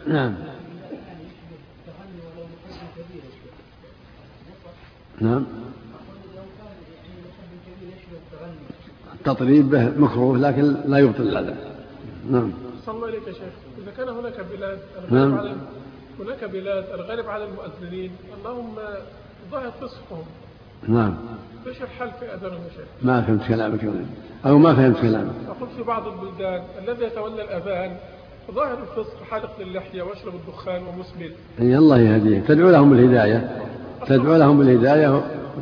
نعم. نعم. التطريب به مكروه لكن لا يبطل الأذان. نعم. صلى الله عليك يا شيخ. إذا كان هناك بلاد الغالب على المؤذنين اللهم ظاهر فسقهم. نعم. ايش الحل في أذانهم يا شيخ؟ ما فهمت كلامك أو ما فهمت كلامك. أقول في بعض البلدان الذي يتولى الأذان ظاهر الفسق، حالق للحية ويشرب الدخان ومسبل. أي الله يهديه. تدعو لهم بالهداية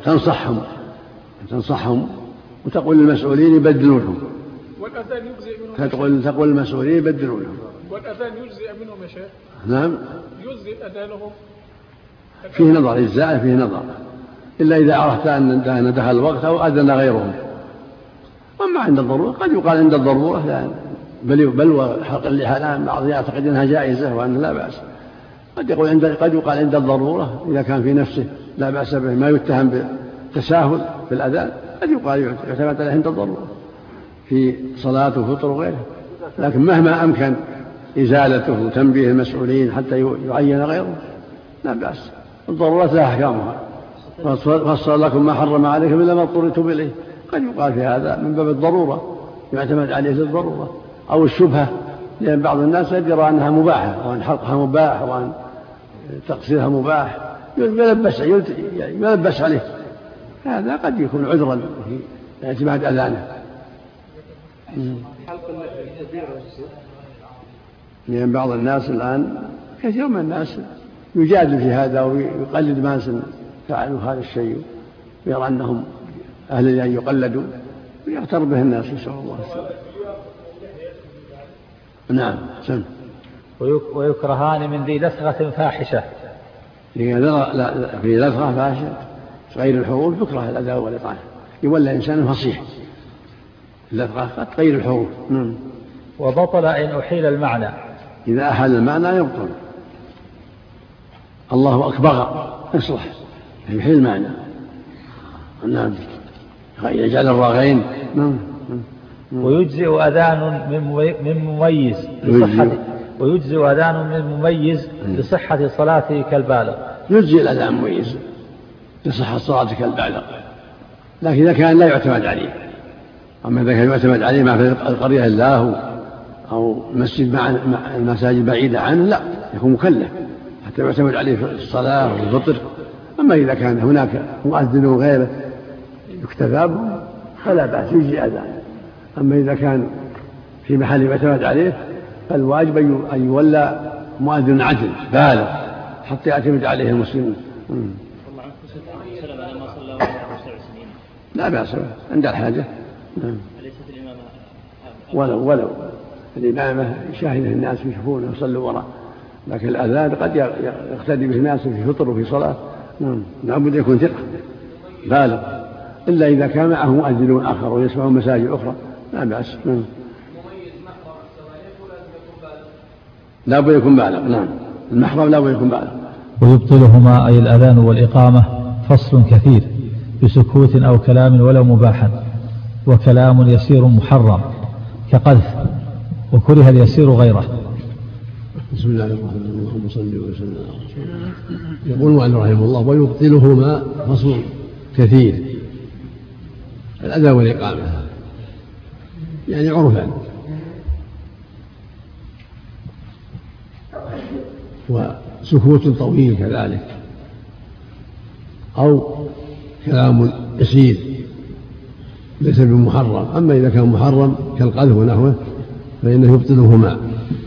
وتنصحهم وتقول للمسؤولين يبدلونهم. والأذان يجزئ منهم. تقول للمسؤولين يبدلونهم. والأذان يجزئ منهم يا شيخ. نعم. يجزئ أذانهم. فيه نظر، إجزاء فيه نظر، إلا إذا عرفت أن دخل الوقت أو أذن غيرهم. أما عند الضرورة قد يقال عند الضرورة لا، بل وحلق اللحى الآن بعض يعتقد أنها جائزة وأن لا بأس. قد يقال عند الضرورة إذا كان في نفسه لا بأس به، ما يتهم بالتساهل في الأذان، قد يقال يعتمد عليه عند الضرورة في صلاة وفطر وغيره. لكن مهما أمكن إزالته وتنبيه المسؤولين حتى يعين غيره لا بأس. الضرورة لا أحكامها، فصل لكم ما حرم عليكم إلا ما اضطررتم إليه. قد يقال في هذا من باب الضرورة يعتمد عليه للضرورة، أو الشبهة، لأن بعض الناس يرى أنها مباحة وأن حلقها مباح وأن تقصيرها مباح، يلبس عليه. هذا قد يكون عذرا في اعتماد أذانه. لأن بعض الناس الآن كثير من الناس يجادل في هذا ويقلد ناس فعلوا هذا الشيء ويرى أنهم أهل أن يقلدوا ويغتر به الناس، نسأل الله السلامة. نعم. سم. ويكرهان من ذي لثغة فاحشة. في لثغة فاحشة غير الحروف يكره الأداء والإطعام، يولى إنسان فصيح. اللثغة قد غير الحروف. وبطل إن أحيل المعنى. إذا أحل المعنى يبطل. الله أكبر يصلح يحيل المعنى. نعم. يجعل الراغين. ويجزئ أذان من مميز لصحة لصحة صلاته كالبالغ. يجزئ الأذان مميز لصحة صلاته كالبالغ، لكن إذا كان لا يعتمد عليه. أما إذا كان يعتمد عليه ما في القرية إلا أو مسجد مع المساجد بعيدة عنه لا يكون مكلف حتى يعتمد عليه في الصلاة والفطر. أما إذا كان هناك مؤذن غيره يكتفى به فلا بأس يجزي أذان. أما إذا كان في محل يعتمد عليه فالواجب أن يولى مؤذن عدل بالغ حتى يعتمد عليه المسلمون. لا بأس عند الحاجة. ولو الإمامة يشاهده الناس يشوفونه ويصلوا وراء، لكن الأذان قد يقتدي به الناس في فطر وفي صلاة. لابد يكون ثقة بالغ، إلا إذا كان معه مؤذنون آخر ويسمعون مساجد أخرى لا بأس. لا بد يكون بالغ. نعم. المحرم لا بد يكون بالغ. ويبطلهما أي الأذان والإقامة فصل كثير بسكوت أو كلام ولو مباحا، وكلام يسير محرم كقذف، وكره اليسير غيره. بسم الله الرحمن الرحيم. صلى الله عليه وسلم. يقول المؤلف رحمه الله: ويبطلهما فصل كثير. الأذان والإقامة يعني عرفا، وسكوت طويل كذلك، أو كلام يسير ليس بمحرم. أما إذا كان محرم كالقذف ونحوه فإنه يبطلهما،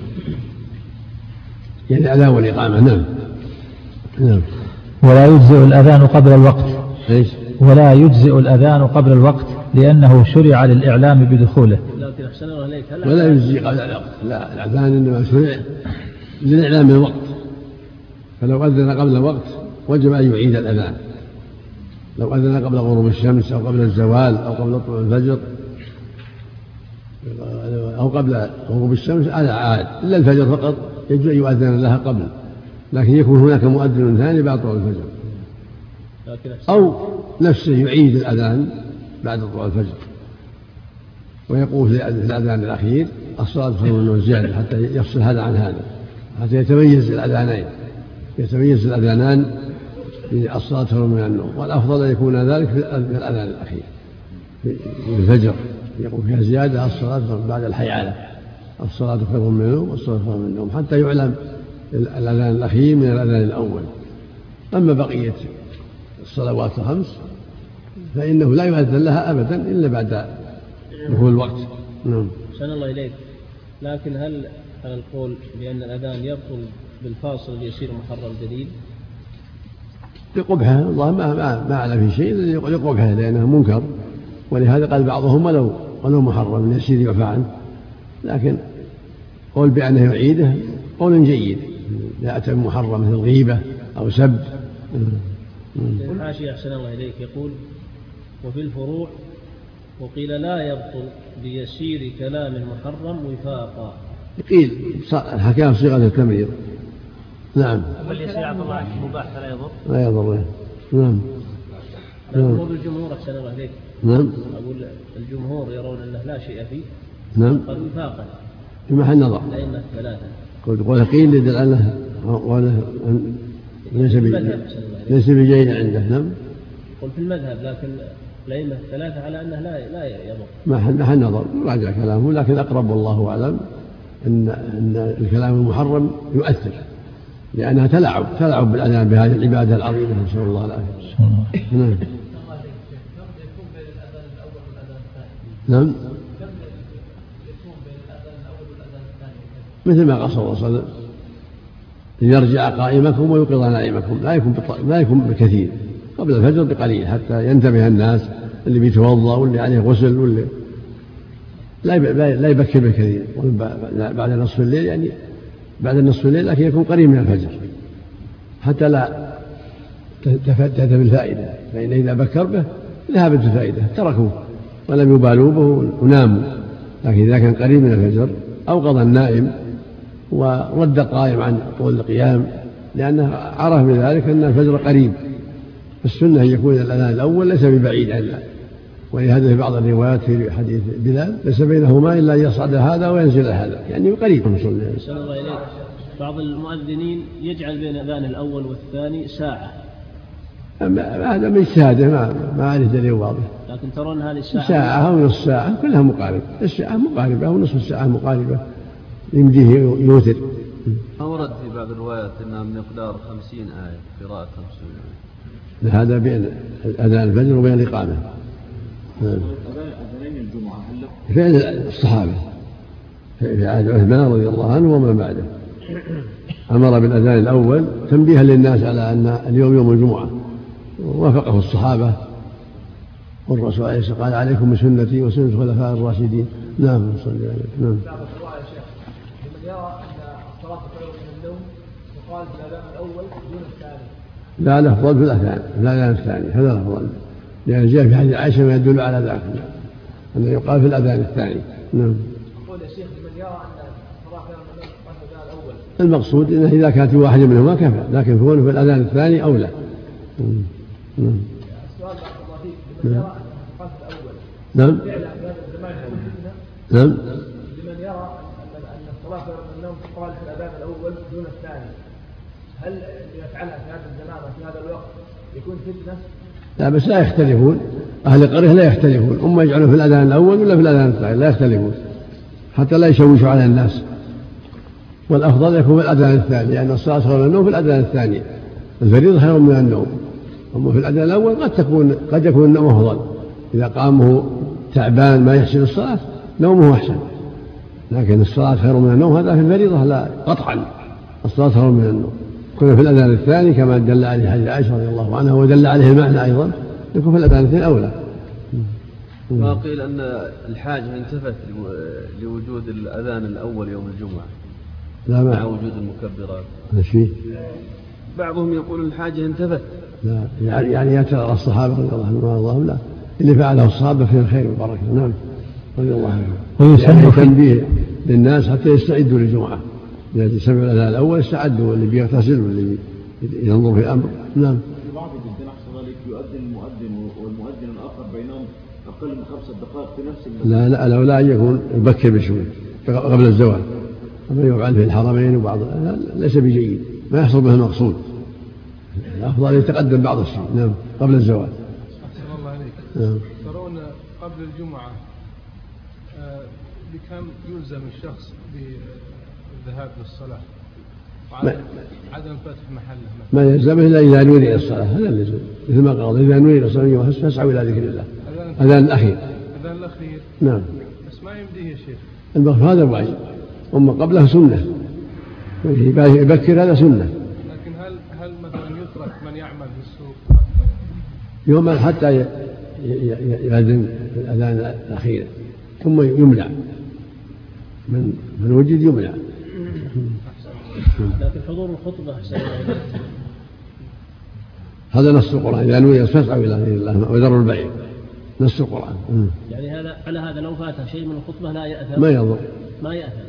يعني الأذان والإقامة. نعم. ولا يجزئ الأذان قبل الوقت. إيش؟ ولا يجزئ الأذان قبل الوقت لأنه شرع للإعلام بدخوله. ولا يجزئ قبل الوقت، لا، الأذان إنما شرع للإعلام الوقت، فلو أذن قبل الوقت وجب أن يعيد الأذان. لو أذن قبل غروب الشمس أو قبل الزوال أو قبل طلوع الفجر أو قبل غروب الشمس هذا عاد، إلا الفجر فقط يجب أن يؤذن لها قبل، لكن يكون هناك مؤذن ثاني بعد طلوع الفجر، أو نفسه يعيد الأذان بعد طلوع الفجر ويقول في الأذان الأخير: الصلاة خير من الزيادة، حتى يفصل هذا عن هذا. حتى يتميز الأذانين، يتميز الأذانان بالصلاة خير من النوم. والأفضل أن يكون ذلك في الأذان الأخير في الفجر، يقول فيها زيادة الصلاة بعد الحيعلة، الصلاة خير من النوم والصلاة خير من النوم، حتى يعلم الأذان الأخير من الأذان الأول. أما بقية الصلوات الخمس فإنه لا يؤذن لها أبدا إلا بعد دخول الوقت. نعم. أحسن الله إليك. لكن هل على القول بأن الأذان يبطل بالفاصل اليسير محرم دليل؟ لقبحه، الله ما على في شيء لقبحه لأنه منكر، ولهذا قال بعضهم ولو محرم اليسير يعفى عنه. لكن قول بأنه يعيده قول جيد، لا أتى محرم مثل الغيبة أو سب. الحاشية أحسن الله إليك يقول: وفي الفروع وقيل لا يبطل بيسير كلام محرم وفاقا. قيل حكاه صيغة التمريض. نعم. واليسير عبد الله مباح فلا يضر. لا يضر. نعم. هو بالجمهور أحسن الله إليك. نعم. أقول الجمهور يرون أنه لا شيء فيه. نعم. قال وفاقا. في محل نظر. الأئمة الثلاثة. قيل يدل على ليس بجيد عنده. نعم. قل في المذهب، لكن الأئمة الثلاثة على أنه لا يضر. محل نظر راجع كلامه، لكن أقرب والله أعلم أن الكلام المحرم يؤثر، لأنها تلعب بالأذان بهذه العبادة العظيمة، نسأل الله العافية. نعم. مثل ما قال صلى الله عليه وسلم: ليرجع قائمكم ويوقظ نائمكم. لا يكون بكثير، قبل الفجر بقليل حتى ينتبه الناس، اللي بيتوضا واللي عليه غسل واللي لا يبكر بالكثير. بعد نصف الليل، يعني بعد نصف الليل، لكن يكون قريب من الفجر حتى لا تذهب الفائدة، فإن إذا بكر به ذهبت الفائدة، تركوه ولم يبالوا به وناموا. لكن إذا كان قريب من الفجر أوقظ النائم ورد القائم عن طول القيام، لأنه عرف بذلك أن الفجر قريب. السنة أن يكون الأذان الأول ليس ببعيد عنه، ولهذا في بعض الروايات في حديث بلال: ليس بينهما إلا أن يصعد هذا وينزل هذا، يعني قريب. صلى الله عليه. بعض المؤذنين يجعل بين الأذان الأول والثاني ساعة. هذا من اجتهاده، ما عليه دليل واضح. لكن ترون هذه الساعة ساعة أو نصف ساعة كلها مقاربة، الساعة مقاربة أو نصف الساعة مقاربة، يمديه يوتر. ورد في بعض الروايات أنها مقدار 50 آية، قراءة 50 آية. هذا بين أذان الفجر وبين الإقامة. أذانين الجمعة فعل الصحابة في عهد عثمان رضي الله عنه ومن بعده، أمر بالأذان الأول تنبيها للناس على أن اليوم يوم الجمعة، ووافقه الصحابة، والرسول عليه الصلاة والسلام قال: عليكم بسنتي وسنة الخلفاء الراشدين. نعم. صلى الله عليه وسلم. نعم. لمن يرى أن الصلاة خير من النوم يقال في الأذان الأول دون الثاني. لا، الأفضل في الأذان الثاني، هذا الأفضل، لأن جاء في حديث عائشة ما يدل على ذلك، أنه يقال في الأذان الثاني. نعم. يقول يا شيخ: لمن يرى أن الصلاة خير من النوم يقال في الأذان الأول. المقصود أنه إذا كانت في واحد منهما كفى، لكن هو في الأذان الثاني أولى. السؤال بعد الله فيك: لمن يرى أن الصلاة الأول نعم. نعم. لمن يرى أن الصلاة خير من النوم تقال في الأذان الأول دون الثاني، هل يفعلها في هذا الزمان وفي هذا الوقت يكون فتنة؟ لا، بس لا يختلفون، أهل القرية لا يختلفون، هم يجعلون في الأذان الأول ولا في الأذان الثاني، لا يختلفون حتى لا يشوشوا على الناس. والأفضل يكون في الأذان الثاني، لأن الصلاة خير من النوم في الأذان الثاني، الفريضة خير من النوم. أما في الأذان الأول قد يكون النوم أفضل، إذا قامه تعبان ما يحسن الصلاة نومه أحسن، لكن الصلاة خير من النوم هذا في الفريضة لا قطعا، الصلاة خير من النوم. كنا في الأذان الثاني كما دل عليه حديث عائشة رضي الله عنها، ودل عليه المعنى أيضا، يكون في الأذان الثاني أولى. وقيل أن الحاجة انتفت لوجود الأذان الأول يوم الجمعة لا مع وجود المكبرات. ماشي. بعضهم يقول الحاجة انتفت. لا، يعني يترى الصحابة رضي الله عنهم وارضاهم، لا، اللي فعله الصحابة فيه الخير والبركة. نعم. رضي الله عنهم. ويسمى تنبيه للناس حتى يستعدوا للجمعة، إذا سمعوا الأذان الأول استعدوا، اللي بيغتسل واللي ينظر في الأمر. نعم. في بعض الدين أحسن ذلك يؤذن المؤذن والمؤذن الآخر بينهم أقل من 5 دقائق في نفس المكان. لا، لولا أن يكون يبكر بشوي قبل الزوال، وما يفعل في الحرمين وبعض ليس بجيد، ما يحصل به المقصود. الأفضل يتقدم بعض الشيء. نعم قبل الزواج. أحسن الله عليك. نعم. ترون قبل الجمعة بكم يلزم الشخص بالذهاب للصلاة وعدم فتح محله؟ ما يلزمه إلا إذا نودي للصلاة، هذا اللزم، مثل ما قال إذا نودي للصلاة فاسعوا إلى ذكر الله. أذان الأخير. أذان الأخير. نعم. بس ما يمديه يا شيخ. المغرب هذا واجب، أما قبله سنة، يبكر هذا سنة. لكن هل مثلا يترك من يعمل في السوق يوما حتى يأذن الأذان الأخير ثم يمنع من وجد يمنع. لكن حضور الخطبة هذا نص القرآن، إذا نودي فاسعوا إلى ذكر الله وذروا البيع، نص القرآن. يعني هذا على هذا لو فاته شيء من الخطبة لا يأثم؟ ما يضر، ما يأثم.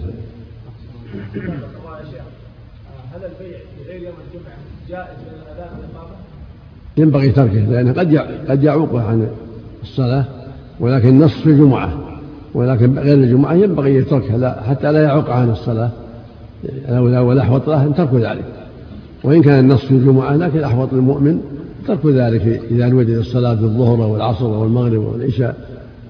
هل البيع في غير يوم الجمعة جائز من الأذان والإقامة؟ ينبغي تركه، لأنه قد يعوقه عن الصلاة، ولكن نصف الجمعة، ولكن غير الجمعة ينبغي يتركها حتى لا يعوق عن الصلاة. والأحوط له أن ترك ذلك، وإن كان النصف الجمعة لكن الأحوط للمؤمن ترك ذلك إذا نودي الصلاة بالظهر والعصر والمغرب والعشاء،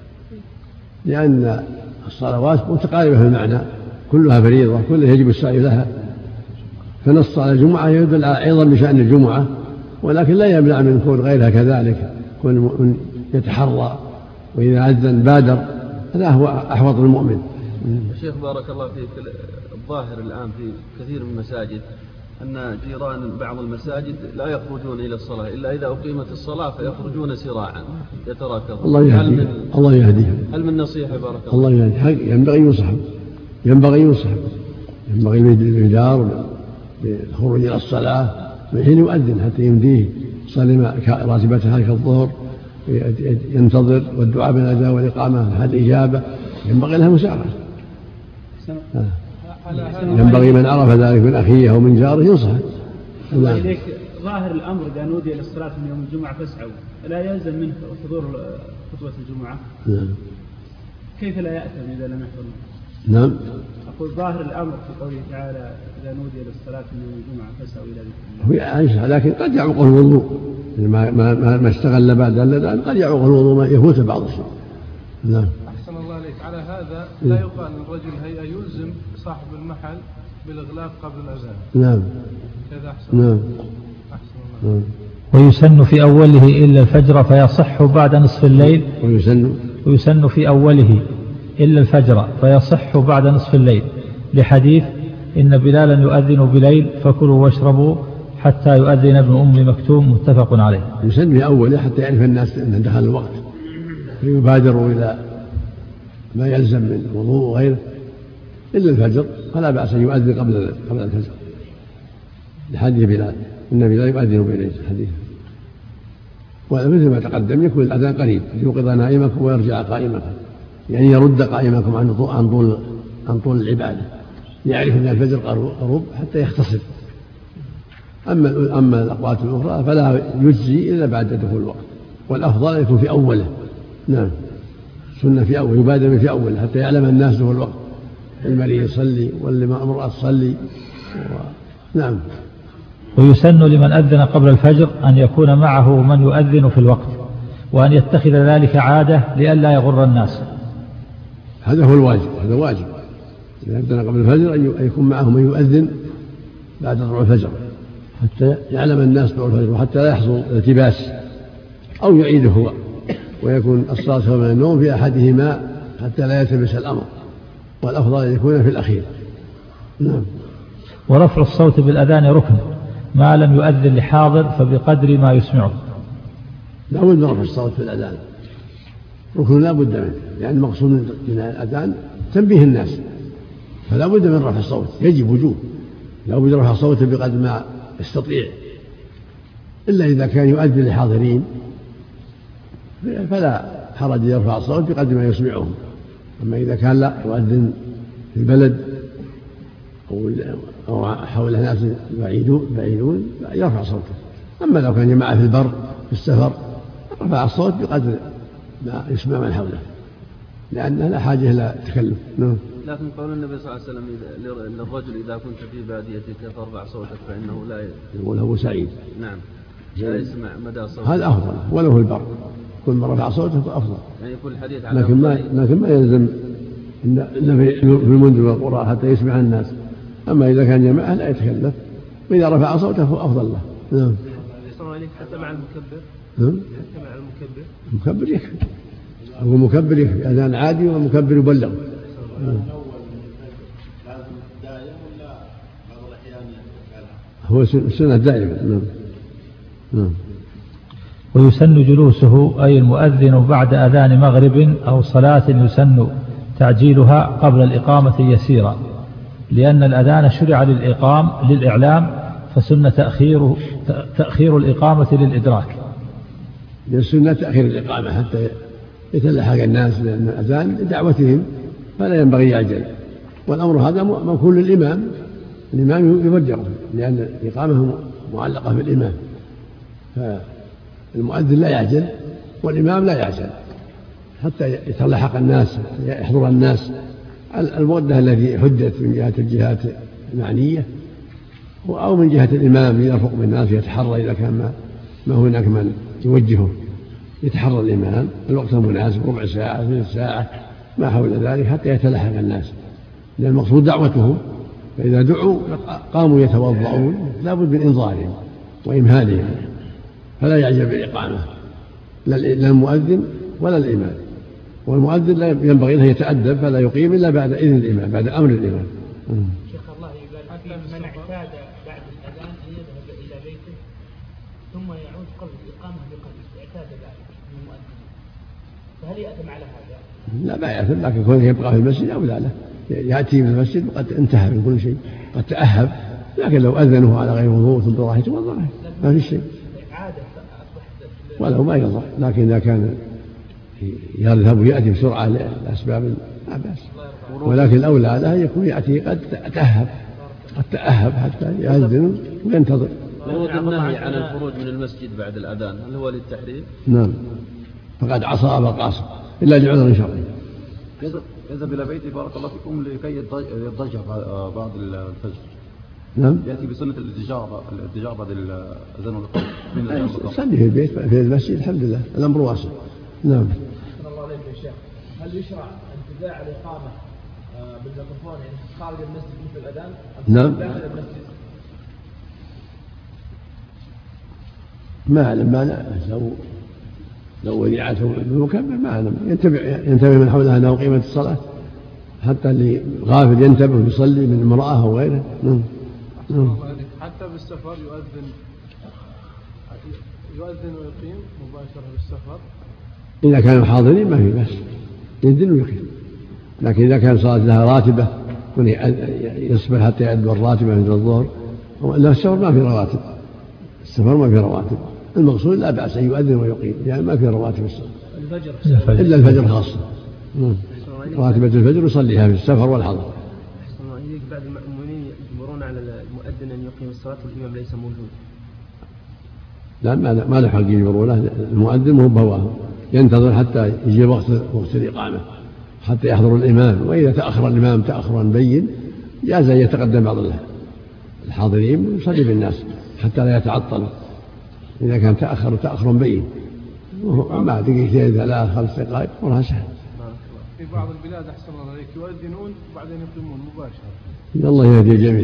لأن الصلوات متقاربة في المعنى، كلها فريضة، كلها يجب السعي لها، فنص على الجمعة يدل على عظم بشأن الجمعة، ولكن لا يمنع من كون غيرها كذلك، كون المؤمن يتحرى وإذا أذن بادر، هذا هو أحوط المؤمن. شيخ بارك الله فيك، الظاهر الآن في كثير من المساجد أن جيران بعض المساجد لا يخرجون إلى الصلاة إلا إذا أقيمت الصلاة، فيخرجون سراعا يتراكضون. الله يهديهم. هل من نصيحة بارك الله يهديهم؟ ينبغي ينصح للجار بالخروج إلى الصلاة من حين يؤذن حتى يمديه يصلي راتبته كالظهر، ينتظر، والدعاء بالأذان والإقامة حال الإجابة، ينبغي لها مساعدة. ينبغي من عرف ذلك من أخيه أو من جاره ينصح. إليك ظاهر الأمر إذا نودي للصلاة من يوم الجمعة فاسعوا، لا يلزم منه حضور خطبة الجمعة. نعم. كيف لا يأثم إذا لم يحضر؟ نعم. أقول ظاهر الأمر في قوله تعالى إذا نودي للصلاة من يوم الجمعة فاسعوا إلى ذكر الله. هو عائشة، لكن قد يعوقه الوضوء، ما استغل بعد الأذان قد يعوقه الوضوء، ما يفوت بعض الشيء. نعم. أحسن الله عليك. على هذا لا يقال للرجل هيئة يلزم صاحب المحل بالإغلاق قبل الأذان. نعم. كذا أحسن. نعم. أحسن الله. نعم. ويسن في أوله إلا الفجر فيصح بعد نصف الليل. ويسن في أوله إلا الفجر فيصح بعد نصف الليل، لحديث إن بلالا يؤذن بليل فكلوا واشربوا حتى يؤذن ابن أم مكتوم، متفق عليه. يسن في أوله حتى يعرف الناس أن دخل الوقت، فيبادروا إلى ما يلزم من الوضوء وغيره، إلا الفجر فلا بأس أن يؤذن قبل الفجر، لحديث بلال إن بلال يؤذن بليل الحديث. ومثل ما تقدم يكون الأذان قريب، يوقظ نائمكم ويرجع قائمكم، يعني يرد قائمكم عن طول العبادة، يعرف أن الفجر قرب حتى يختصر. أما الأقوات الأخرى فلا يجزي إلا بعد دخول الوقت، والأفضل يكون في أوله. نعم. سنة في أول، يبادر في أول حتى يعلم الناس دخول الوقت، المريض يصلي والمرأة تصلي. نعم. ويسن لمن أذن قبل الفجر أن يكون معه من يؤذن في الوقت، وأن يتخذ ذلك عادة لئلا يغر الناس. هذا هو الواجب، هذا واجب. إذا أذن قبل الفجر أن يكون معه من يؤذن بعد طلوع الفجر حتى يعلم الناس طلوع الفجر، وحتى لا يحصل التباس أو يعيده هو، ويكون الصلاة من النوم في أحدهما حتى لا يلتبس الأمر، والأفضل أن يكون في الأخير. نعم. ورفع الصوت بالأذان ركن ما لم يؤذن لحاضر فبقدر ما يسمعه. لا بد من رفع الصوت في الأذان، ركن لا بد منه، لأن المقصود من الأذان تنبيه الناس، فلا بد من رفع الصوت، يجب وجوب، لا بد رفع الصوت بقدر ما يستطيع، إلا إذا كان يؤذن للحاضرين فلا حرج يرفع الصوت بقدر ما يسمعهم. أما إذا كان لا يؤذن في البلد أو حول ناس بعيدون يرفع صوته. أما لو كان جماعة في البر في السفر رفع الصوت بقدر ما يسمع من حوله، لأنه لا حاجة إلى تكلف. لكن قول النبي صلى الله عليه وسلم للرجل إذا كنت في باديتك فارفع صوتك فإنه لا يقول أبو سعيد نعم لا يسمع مدى صوتك. هذا أفضل ولو في البر، كل ما رفع صوته أفضل. يعني كل حديث على لكن ما يلزم إن في المنزل والقرى حتى يسمع الناس. أما إذا كان جماعة لا يتكلف، وإذا رفع صوته فأفضل له. نعم. حتى مع المكبر. نعم. حتى مع المكبر. المكبر يكفي. هو مكبر يكفي، أذان عادي والمكبر يبلغ. هو سنة دائما. نعم. ويسن جلوسه أي المؤذن بعد أذان مغرب أو صلاة يسن تعجيلها قبل الإقامة يسيرا، لأن الأذان شرع للإعلام، فسن تأخير الإقامة للإدراك. السنة تأخير الإقامة حتى يتلحق الناس، لأن الأذان لدعوتهم فلا ينبغي يعجل. والأمر هذا موكول للإمام، الإمام يبدره لأن الإقامة معلقة بالإمام، فالمؤذن لا يعجل والإمام لا يعجل حتى يتلحق الناس، يحضر الناس المدة التي حدت من جهة الجهات المعنية أو من جهة الإمام يرفق بالناس يتحرى إذا كان ما هناك من يوجهه، يتحرى الإمام الوقت المناسب، ربع ساعة ثلث ساعة ما حول ذلك حتى يتلحق الناس، لأن المقصود دعوتهم. فإذا دعوا قاموا يتوضؤون لابد من إنظارهم وإمهالهم، فلا يعجل بالإقامة لا المؤذن ولا الإمام. والمؤذن لا ينبغي له يتأدب فلا يقيم إلا بعد إذن الإمام، بعد أمر الإمام. شيخ الله يبارك فيك، من اعتاد بعد الأذان أن يذهب إلى بيته ثم يعود قبل الإقامة بقليل، اعتاد ذلك من المؤذن، فهل يأثم على هذا؟ لا ما يأثم، لكن كونه يبقى في المسجد أولى له، يأتي من المسجد وقد انتهى من كل شيء، قد تأهب. لكن لو أذنه على غير وضوء ثم راح يتوضأ ما في شيء ولو ما يضر. لكن إذا كان يذهب ويأتي بسرعة لأسباب لا بأس، ولكن الأولى له يكون يأتي قد تأهب حتى يأذن وينتظر. ورود النهي عن الخروج من المسجد بعد الأذان هل هو للتحريم؟ نعم، فقد عصى أبا القاسم إلا لعذر شرعي. يذهب إلى بيته بارك الله فيكم لكي يضجع بعد الفجر. نعم. يأتي بسنة الاتجار بعد الأذان والإقامة. صلي في البيت في المسجد الحمد لله، الأمر واسع. نعم. الله عليك يا شيخ، هل يشرع انتزاع الإقامة بالميكروفون يعني خارج المسجد مثل الأذان؟ نعم. داخل المسجد؟ ما أعلم، ما لو وديعته بالمكبر ما أعلم. ينتبه من حوله أنه قيمة الصلاة، حتى اللي غافل ينتبه يصلي من امرأة أو غيره. نعم. حتى بالسفر يؤذن ويقيم مباشرة بالسفر. إذا كانوا حاضرين ما في بس يؤذن ويقيم، لكن إذا كان صلاة لها راتبة يصبر حتى يأدب الراتبة عند الظهر. لا، السفر ما في رواتب، السفر ما في رواتب. المقصود لا بأس أن يؤذن ويقيم، يعني ما في رواتب السفر إلا الفجر خاصة. راتبة الفجر يصليها في السفر والحضر. بعض المؤمنين يجبرون على المؤذن أن يقيم الصلاة والإمام ليس موجود. لا، ما له حق يجبرونه، المؤذن مو بهواه، ينتظر حتى يجي وقت الإقامة حتى يحضر الإمام. وإذا تأخر الإمام تأخرا بين جاز أن يتقدم بعض الحاضرين ويصلي بالناس حتى لا يتعطل. إذا كان تأخر بين مع دقيقتين 3 5 دقائق أمرها سهل. في بعض البلاد أحسن الله عليك يؤذنون وبعدين يقيمون مباشرة. الله يهدي الجميع،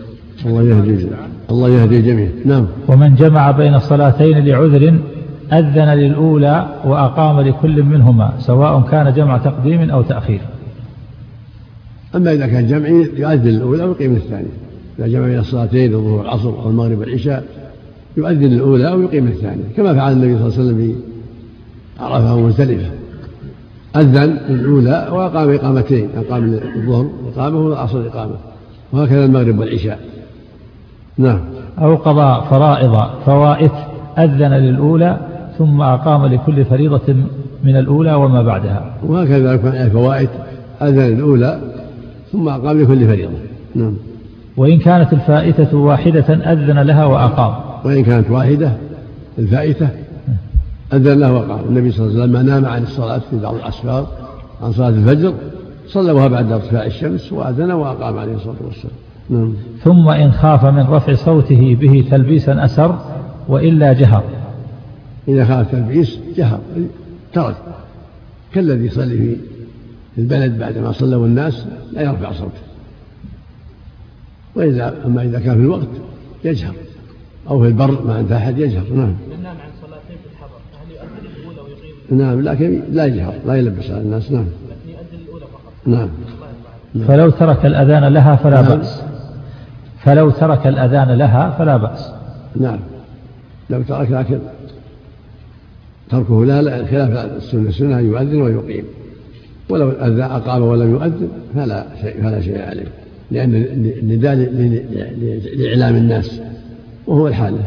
الله يهدي الجميع. نعم. ومن جمع بين الصلاتين لعذر أذن للأولى وأقام لكل منهما، سواء كان جمع تقديم أو تأخير. أما إذا كان جمعي يؤذن الأولى ويقيم الثانية. إذا جمع بين الصلاتين الظهر والعصر أو المغرب والعشاء يؤذن الأولى ويقيم الثانية، كما فعل النبي صلى الله عليه وسلم في عرفة ومزدلفة، أذن الأولى وأقام إقامتين، أقام الظهر إقامة والعصر إقامة، وهكذا المغرب والعشاء. نعم. أو قضى فوائت أذن للأولى ثم أقام لكل فريضة من الأولى وما بعدها، وهكذا الفوائت أذن الأولى ثم أقام لكل فريضة. نعم. وإن كانت الفائتة واحدة أذن لها وأقام. وإن كانت واحدة الفائتة أذن لها وأقام. النبي صلى الله عليه وسلم نام عن الصلاة في بعض الأسفار عن صلاة الفجر صلوها بعد ارتفاع الشمس وأذن وأقام عليه الصلاة والسلام. نعم. ثم إن خاف من رفع صوته به تلبيسا أسر وإلا جهر. إذا خاف تلبيس جهر ترك، كالذي يصلي في البلد بعدما صلوا الناس لا يرفع صوته. أما إذا كان في الوقت يجهر، أو في البر ما عند أحد يجهر. نعم. نعم. عن صلاتين في الحضر هل يؤذن الأولى ويقيم؟ نعم، لكن لا يجهر، لا يلبس على الناس. نعم. لكن يؤذن الأولى فقط. نعم. فلو ترك الأذان لها فلا بأس. فلو ترك الأذان لها فلا بأس. نعم، لو ترك، لكن تركه لا خلاف السنة. السنة يؤذن ويقيم، ولو أقام ولم يؤذن فلا شيء عليه، لأن النداء لإعلام الناس وهو الحالة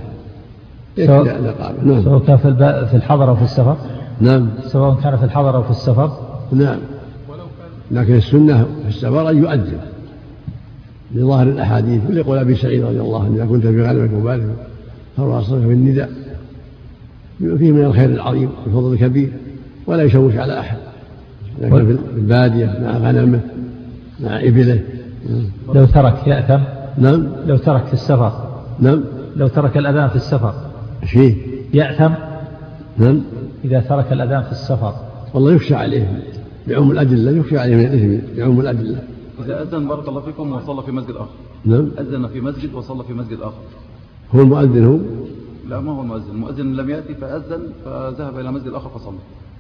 سواء كان في الحضر أو في السفر. نعم، سواء كان في الحضر أو في السفر. نعم، لكن السنة في السفر أن يؤذن لظاهر الأحاديث، وليقول أبي سعيد رضي الله عنه: إذا كنت في غنمك مبالغا فارفع صوتك بالنداء، فيه من الخير العظيم والفضل الكبير، ولا يشوش على أحد، لكن في البادية مع غنمه مع إبله. لو ترك يأثم. نعم. لو ترك في السفر. نعم. لو ترك الأذان في السفر فيه يأثم. نعم. إذا ترك الأذان في السفر والله يخشى عليه بعموم الأدلة، يخشى عليه من الإثم بعموم الأدلة. إذا أذن بارك الله فيكم وصلى في مسجد آخر. نعم. أذن في مسجد وصلى في مسجد آخر. هو المؤذن هو؟ لا، ما هو المؤذن. المؤذن لم يأتي فأذن فذهب إلى مسجد آخر فصلى.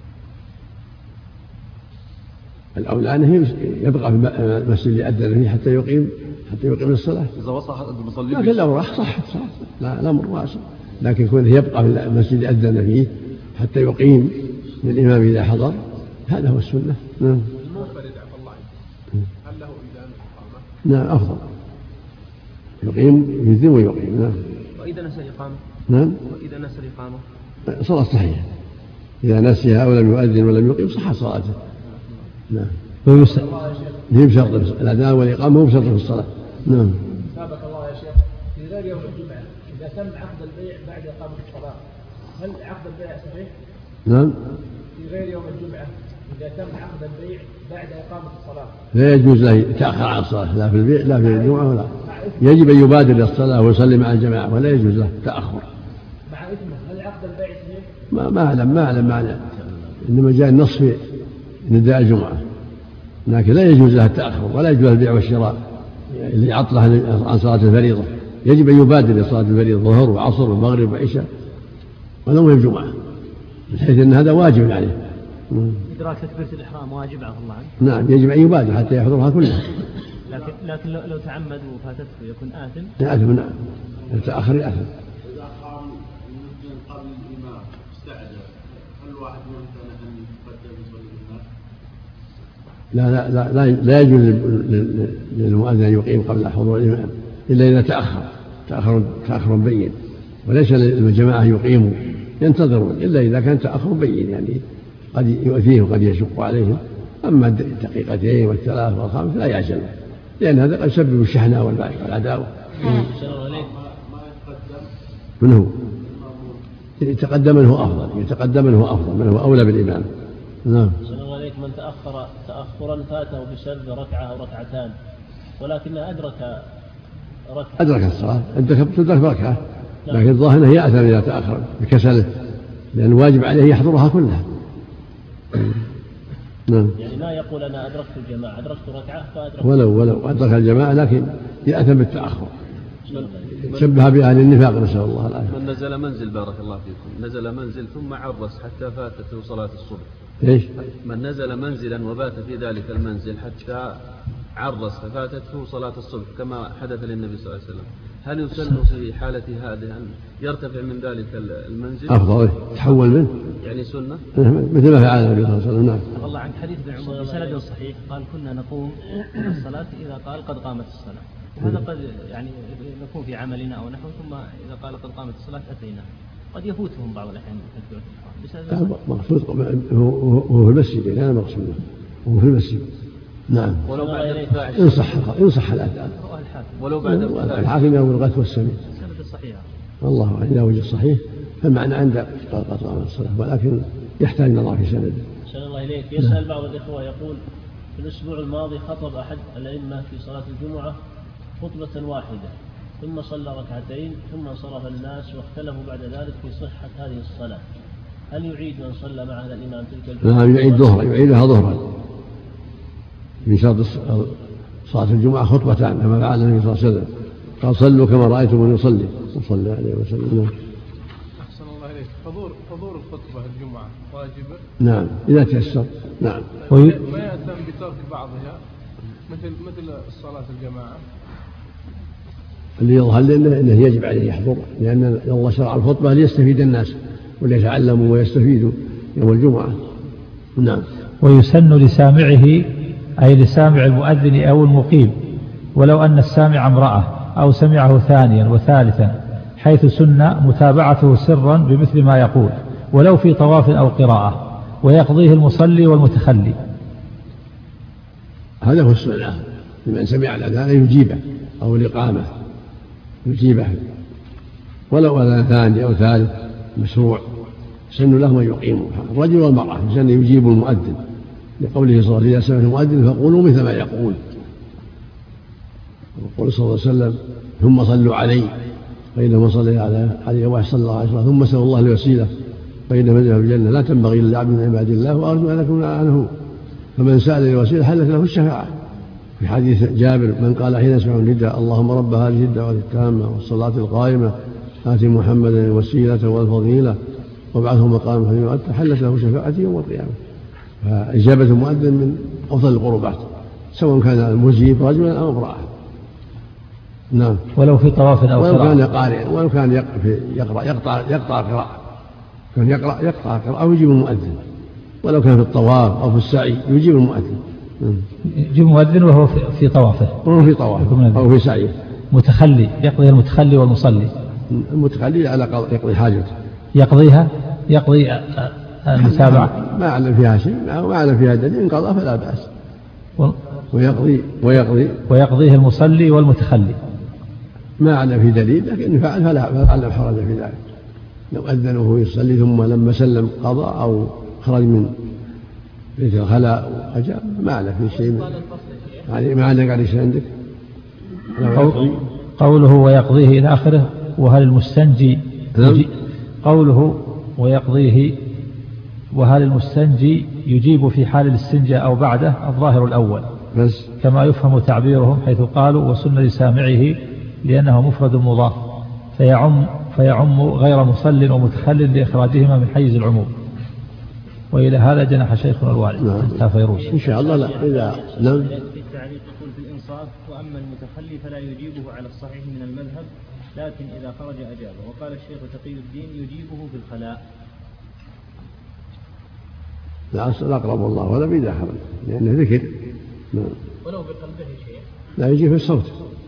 الأولى أنه يبقى في المسجد اللي أذن فيه حتى يقيم الصلاة. إذا وصل المصلي لكن لو راح صح لا الأمر واسع، لكن كونه يبقى في المسجد اللي أذن فيه حتى يقيم للإمام إذا حضر، هذا هو السنة. نعم. المنفرد عفى الله عنه هل له إذان الإقامة؟ نعم، أفضل يقيم، يذن ويقيم. نعم. وإذا نسى الإقامة؟ نعم. وإذا نسى الإقامة صلاة صحيحة، إذا نسيها ولم يؤذن ولم يقيم صحة صلاته. نعم. هي بشرط الأذان والإقامة هو بشرط في الصلاة. نعم. سابق الله يا شيخ، في غير يوم الجمعة إذا تم عقد البيع بعد إقامة الصلاة هل عقد البيع صحيح؟ نعم. في غير يوم الجمعة إذا تم عقد البيع بعد إقامة الصلاة لا يجوز له يتأخر عن الصلاة، لا في البيع لا في الجمعة ولا. يجب أن يبادر للصلاة ويصلي مع الجماعة، ولا يجوز له تأخر. مع إثمه هل عقد البيع صحيح؟ ما أعلم معنى، إنما جاء النص في نداء الجمعة، لكن لا يجوز له التأخر ولا يجوز البيع والشراء اللي عطله عن صلاة الفريضة. يجب أن يبادر لصلاة الفريضة ظهر وعصر ومغرب وعشاء ولو في الجمعة، بحيث أن هذا واجب عليه. إدراك تكبيرة الإحرام واجب عفى الله عنه. نعم، يجب أن يبادر حتى يحضرها كلها. لكن لو تعمد وفاتته يكون آثم. آثم. نعم، يتأخر آثم. إذا قام المؤذن قبل الإمام استعجل هل الواحد يمكن أن يقدم يصلي بالناس؟ لا يجوز للمؤذن أن يقيم قبل حضور الإمام إلا إذا تأخر بين، وليس للجماعة يقيموا ينتظرون إلا إذا كان تأخر بين، يعني قد يؤذيه وقد يشق عليهم. أما الدقيقتين والثلاث والخامس لا يعجل، لأن هذا قد يسبب الشحنة والعداوة. من هو؟ يتقدم من هو أفضل، من هو أولى بالإمام. نعم. من تأخر تأخرا فاته بسبب ركعة أو ركعتان ولكنه أدرك الصلاة، تدرك ركعة، لكن الظاهر أنه يأثم إذا تأخر بكسله، لأن الواجب عليه يحضرها كلها. نعم. يعني ما يقول أنا أدركت الجماعة، أدركت ركعة فأدركت ولو أدرك الجماعة لكن يأثم بالتأخر، شبه بأهل النفاق، نسأل الله العافية. من نزل منزل بارك الله فيكم، نزل منزل ثم عرس حتى فاتته صلاة الصبح. إيش؟ من نزل منزلا وبات في ذلك المنزل حتى عرس ففاتته صلاة الصبح كما حدث للنبي صلى الله عليه وسلم، هل يسن في حالة هذه أن يرتفع من ذلك المنزل؟ أفضل تحول منه، يعني سنة مثل ما فعل النبي صلى الله عليه وسلم. نعم. الله عن حديث ابن عمر بسند صحيح قال كنا نقوم الصلاة إذا قال قد قامت الصلاة. هذا قد يعني نكون في عملنا أو نحو، ثم إذا قال قد قامت الصلاة أتينا، قد يفوتهم بعض الأحيان مقصود هو في المسجد، لا مقصود هو في المسجد. نعم. ولو بعد إن صح الأذان، ولو بعد الحاكم يوم الغث والسميع. السند الصحيح والله إذا وجد صحيح فالمعنى عند قد قامت الصلاة، ولكن يحتاج نظر في سند. أحسن الله إليك. يسأل بعض الإخوة يقول في الأسبوع الماضي خطب أحد الأئمة في صلاة الجمعة خطبة واحدة ثم صلى ركعتين ثم انصرف الناس واختلفوا بعد ذلك في صحة هذه الصلاة، هل يعيد من صلى مع هذا الإمام تلك الجمعة؟ نعم يعيد ظهرا، يعيدها ظهرا. من شرط صلاة الجمعة خطبتان كما فعل النبي صلى الله عليه وسلم، قال صلوا كما رأيتم يصلي صلى عليه وسلم. أحسن الله إليك. حضور الخطبة الجمعة واجبة؟ نعم إذا تيسر. نعم. ما يأتم بترك بعضها مثل الصلاة الجماعة؟ اللي يظهر لنا أنه يجب عليه يحضر، لأن الله شرع الخطبة ليستفيد الناس وليتعلموا ويستفيدوا يوم الجمعة. نعم. ويسن لسامعه أي لسامع المؤذن أو المقيم ولو أن السامع امرأة أو سمعه ثانيا وثالثا، حيث سن متابعته سرا بمثل ما يقول ولو في طواف أو قراءة، ويقضيه المصلي والمتخلي. هذا هو السنة، لمن سمع الأذان يجيبه أو الإقامة يجيبه ولو أذان ثاني أو ثالث مشروع، سن لهم أن يقيموا، الرجل والمرأة سن يجيب المؤذن، لقوله صلى الله عليه وسلم: إذا سمعت المؤذن فقولوا مثل ما يقول. وقول صلى الله عليه وسلم: ثم صلوا علي، فإنما صلى عليه واحد صلى الله عليه وسلم، ثم سألوا الله الوسيلة فإن منزله في الجنة لا تنبغي إلا عبد من عباد الله وأرجو أن أكون عنه، فمن سأل الوسيلة حلت له الشفاعة. في حديث جابر: من قال حين يسمع النداء: اللهم رب هذه الدعوة التامة والصلاة القائمة آت محمدا الوسيلة والفضيلة وابعثه مقاما محمودا، حلت له شفاعتي يوم القيامة. فإجابة المؤذن من أفضل القربات، سواء كان المجيب رجلا أو امرأة. نعم. ولو في طواف أو ولو كان قارئا، ولو كان يقطع قراءة، كان يقطع قراءة أو يجيب المؤذن، ولو كان في الطواف أو في السعي يجيب المؤذن. يجيب المؤذن وهو في طوافه، وهو في طوافه أو في سعيه. متخلي يقضي المتخلي والمصلي. المتخلي على يقضي حاجته، يقضيها، يقضي المتابعة، ما أعلم فيها شيء، ما أعلم فيها دليل، إن قضى فلا بأس. ويقضيه المصلي والمتخلي، ما أعلم في دليل، لكن فعل فلا أعلم حرج في ذلك. لو أذن وهو يصلي ثم لما سلم قضى أو خرج من بيت الخلاء وأجاب، ما أعلم في شيء يعني. ما عندك عليه شيء عندك؟ قوله ويقضيه إلى آخره. وهل المستنجي قوله ويقضيه، وهل المستنجي يجيب في حال الاستنجاء أو بعده؟ الظاهر الأول بس، كما يفهم تعبيرهم حيث قالوا وسن لسامعه، لأنه مفرد مضاف فيعم غير مصل ومتخلل لإخراجهما من حيز العموم. وإلى هذا جنح شيخنا الوالد فيروز إن شاء الله. لا إذا نعم. في التعليق يقول في الإنصاف: وأما المتخلي فلا يجيبه على الصحيح من المذهب، لكن إذا خرج أجابه. وقال الشيخ تقي الدين: يجيبه في الخلاء. لا أقرب الله ولا بيد حرج، لأنه ذكر. نعم. ولو بقلبه شيء لا يجي في الصوت،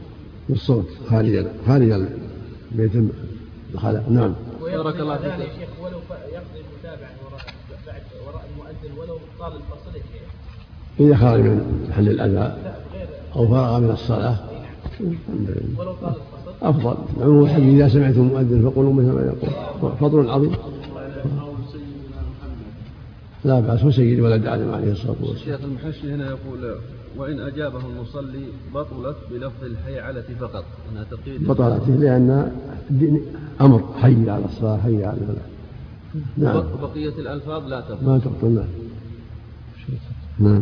خارج بيت الخلاء. نعم. بارك الله فيك يا شيخ. ولو يقضي المتابعة وراء المؤذن ولو طال الفصل يا شيخ، إذا خرج من محل الأذى أو فرغ من الصلاة ولو طال الفصل أفضل. عموم الحديث: إذا سمعتم المؤذن فقولوا مثل ما يقول، فضل عظيم. لا بأس، هو سيد ولد آدم عليه الصلاة والسلام. الشيخ المحشي هنا يقول: وإن أجابه المصلي بطلت بلفظ الحيعلة فقط، أنها تقييد بطلت لأن أمر حي على الصلاة، حي على الفلاح. نعم. بقية الألفاظ لا تبطل، ما تبطل. نعم.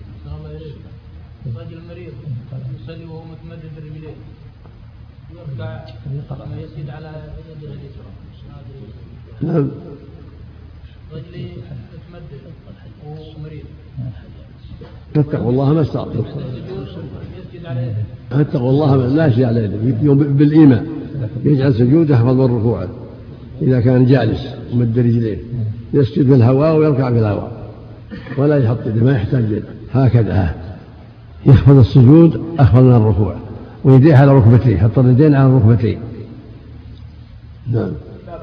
رجل مريض يصلي وهو متمدد برجليه، يركع يسجد على يده اليسرى. نعم. رجلي متمدد وهو مريض، اتقوا الله ما استطعتم. يسجد على يده. اتقوا الله لا يسجد على يده، بالإيمان يجعل سجوده يحفظ من ركوعه. إذا كان جالس ومد رجليه يسجد في الهواء ويركع في الهواء، ولا يحط يده، ما يحتاج يده، هكذا يحفظ السجود أحفظ من الركوع، ويديه على ركبتيه، يحط اليدين على الركبتين. نعم.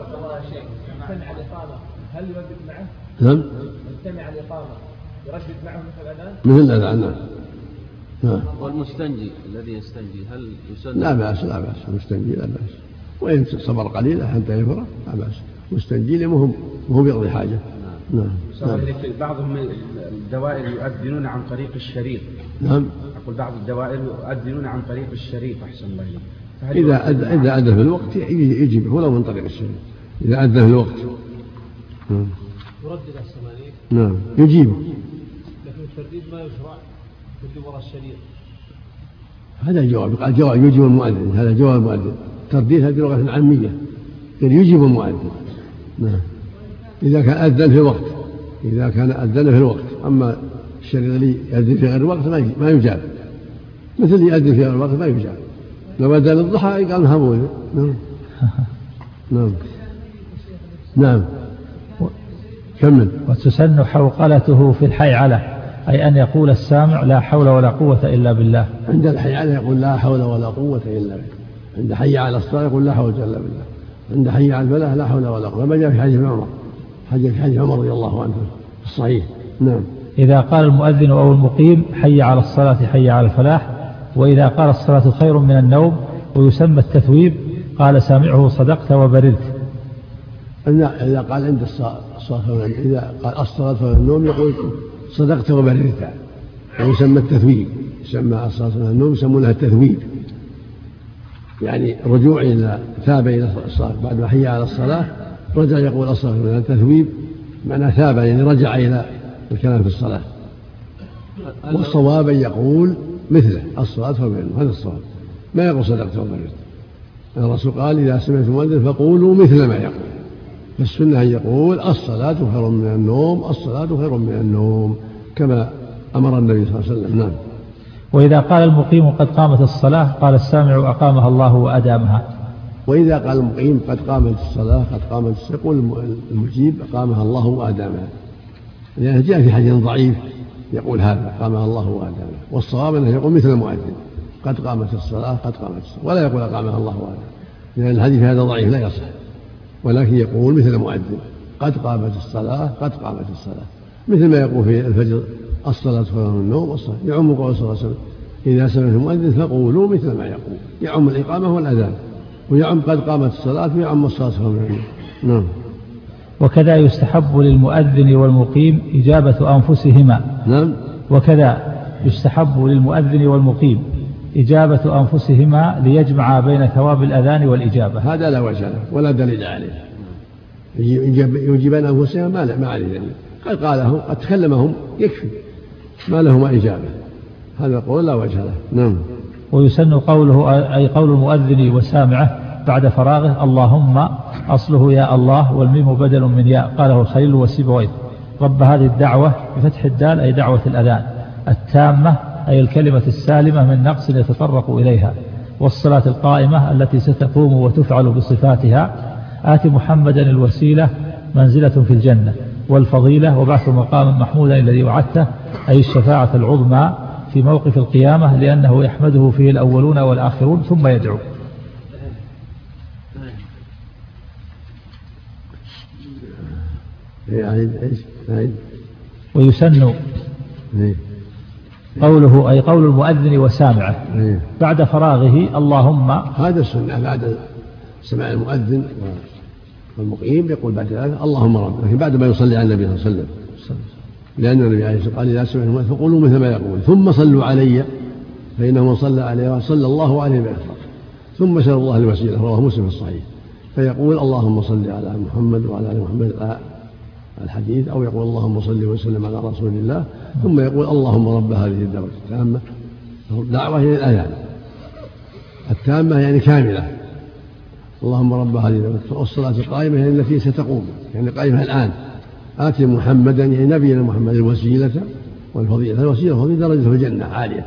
هل يردد معه؟ نعم. يستمع الإقامة يردد معه مثل الأذان؟ مثل الأذان. نعم. والمستنجي الذي يستنجي هل يسن؟ لا بأس، المستنجي لا بأس، وإن صبر قليلا حتى يفرغ لا بأس. مستنجي وهو يقضي حاجة. نعم. بعضهم الدوائر يؤذنون عن طريق الشريط. نعم. أقول بعض الدوائر يؤذنون عن طريق الشريط أحسن الله إليك. إذا أذن في الوقت يجب ولو من طريق الشريط إذا أذن في الوقت. نعم. يردد السمانيك. نعم يجيبه. لكن الترديد ما يشرع يردد وراء الشريط. هذا الجواب جواب يجيب المؤذن. هذا جواب المؤذن. ترديد هذه لغة عامية يجيب المؤذن. نعم. إذا كان أذن في الوقت. إذا كان أذن في الوقت. أما الشريط اللي يأذن في غير الوقت ما يجاب. مثل اللي يأذن في غير الوقت ما يجاب. لو أذن الضحى قال نهبوا. نعم. نعم. نعم. كمل. وتسن حوقلته في الحيعلة أي أن يقول السامع لا حول ولا قوة إلا بالله. عند الحيعلة يقول لا حول ولا قوة إلا بالله. عند حي على الصلاة يقول لا حول إلا بالله. عند حي على الفلاح لا حول ولا قوة. ما جاء في حديث عمر. في حديث عمر رضي الله عنه الصحيح. نعم. إذا قال المؤذن أو المقيم حي على الصلاة حي على الفلاح. وإذا قال الصلاة خير من النوم ويسمى التثويب قال سامعه صدقت وبررت. إذا قال عند الصلاة إذا قال الصلاة خير من النوم يقول صدقت وبررت. ويسمى التثويب. يسمى الصلاة خير من النوم يسمونها التثويب. يعني رجوع إلى ثاب إلى الصلاة بعد ما حي على الصلاة رجع يقول الصلاة خير من النوم. التثويب معنى ثاب يعني رجع إلى الكلام في الصلاة. والصواب يقول مثله الصلاة خير من النوم. هذا الصواب. ما يقول صدقت وبررت. الرسول قال إذا سمعتم المؤذن فقولوا مثل ما يقول. فالسنة أن يقول الصلاة خير من النوم الصلاة خير من النوم كما أمر النبي صلى الله عليه وسلم. نعم. وإذا قال المقيم قد قامت الصلاة قال السامع أقامها الله وأدامها. وإذا قال المقيم قد قامت الصلاة قد قامت الصلاة يقول المجيب أقامها الله وأدامها. لأنه جاء في حديث ضعيف يقول هذا أقامها الله وأدامها. والصواب أنه يقول مثل المؤذن قد قامت الصلاة قد قامت الصلاة ولا يقول أقامها الله وأدامها لأن الحديث هذا ضعيف لا يصح. ولكن يقول مثل المؤذن قد قامت الصلاة قد قامت الصلاة مثل ما يقول في الفجر الصلاة خير من النوم والصلاة. يعم قول صلى الله عليه وسلم إذا سمعتم المؤذن فقولوا مثل ما يقول. يعم الإقامة والأذان ويعم قد قامت الصلاة ويعم الصلاة خير من النوم. نعم. وكذا يستحب للمؤذن والمقيم إجابة أنفسهما. نعم. وكذا يستحب للمؤذن والمقيم إجابة أنفسهما ليجمع بين ثواب الأذان والإجابة. هذا لا وجه له ولا دليل عليه. يجيبان أنفسهما ما عليه دليل. قد قالهم قد تكلمهم يكفي ما لهما إجابة. هذا قول لا وجه له. نعم. ويسن قوله أي قول المؤذن وسامعه بعد فراغه اللهم أصله يا الله والميم بدل من ياء قاله الخليل وسيبويه. رب هذه الدعوة بفتح الدال أي دعوة الأذان التامة أي الكلمة السالمة من نقص يتطرق إليها. والصلاة القائمة التي ستقوم وتفعل بصفاتها آت محمدا الوسيلة منزلة في الجنة والفضيلة وبعث مقام محمودا الذي وعدته أي الشفاعة العظمى في موقف القيامة لأنه يحمده فيه الأولون والآخرون ثم يدعو. ويسن قوله أي قول المؤذن وسامعه بعد فراغه اللهم. هذا السنة بعد سماع المؤذن والمقيم يقول بعد ذلك اللهم رب. لكن بعد ما يصلي على النبي صلى الله عليه وسلم لأن النبي عليه الصلاة والسلام قال إذا سمعتم المؤذن فقولوا مثل ما يقول ثم صلوا علي فإنه من صلى عليه صلى الله عليه وسلم ثم سأل الله الوسيلة. رواه مسلم الصحيح. فيقول اللهم صل على محمد وعلى آل محمد الحديث أو يقول اللهم صل وسلم على رسول الله ثم يقول اللهم رب هذه الدعوة التامة. دعوة هي الأذان التامة يعني كاملة. اللهم رب هذه الدعوة والصلاة القائمة يعني التي ستقوم يعني قائمة الآن. آتي محمدا يعني نبينا محمد الوسيلة والفضيلة. الوسيلة درجة في الجنة عالية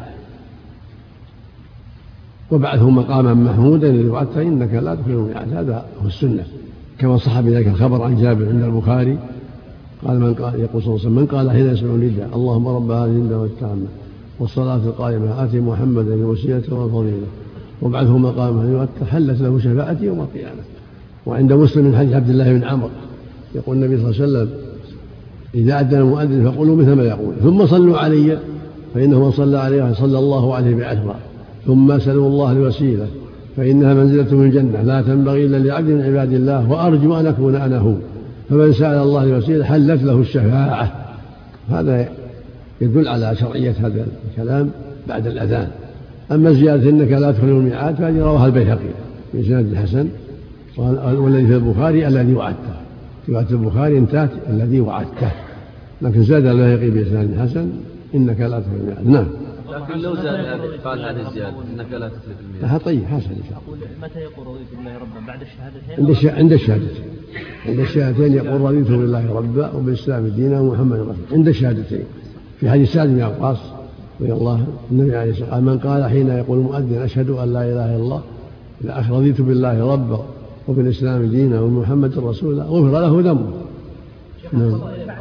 وبعثه مقاما محمودا الذي وعدته إنك لا تخلف الميعاد. هذا هو السنة كما صح بذلك الخبر عن جابر عند البخاري قال من قال يقول صلى الله عليه وسلم من قال حين يسمع النداء اللهم رب هذه الدعوة التامة والصلاة القائمة آتي محمدا الوسيلة والفضيلة وبعثه مقاما حلت له شفاعتي يوم القيامة. وعند مسلم من حديث عبد الله بن عمرو يقول النبي صلى الله عليه وسلم إذا أذن المؤذن فقولوا مثل ما يقول ثم صلوا علي فإنه من صلى عليه صلى الله عليه بعشرة ثم سلوا الله الوسيلة فإنها منزلة من الجنة لا تنبغي إلا لعبد من عباد الله وأرجو أن أكون أنا هو. فمن سأل الله الوسيلة حلت له الشفاعة. هذا يدل على شرعية هذا الكلام بعد الأذان. أما زيادة إنك لا تخلف الميعاد فهذه رواها البيهقي بإسناد الحسن، والذي في البخاري الذي وعدته، في رواية البخاري انتهت الذي وعدته، لكن زاد البيهقي بإسناد الحسن إنك لا تخلف الميعاد. نعم. لكن لو زاد قال هذه الزيادة إنك لا تخلف الميعاد. طيب حسن إن شاء الله. متى يقول رضيت بالله ربا؟ بعد الشهادتين؟ عند الشهادتين يقول رضيت بالله ربا وبالإسلام دينا ومحمد رسولا، عند الشهادتين. في حديث سعد بن وقاص رضي الله النبي عليه الصلاة والسلام من قال حين يقول المؤذن أشهد أن لا إله إلا الله رضيت بالله ربا وبالإسلام دينا ومحمد رسولا غفر له ذنبه. نعم.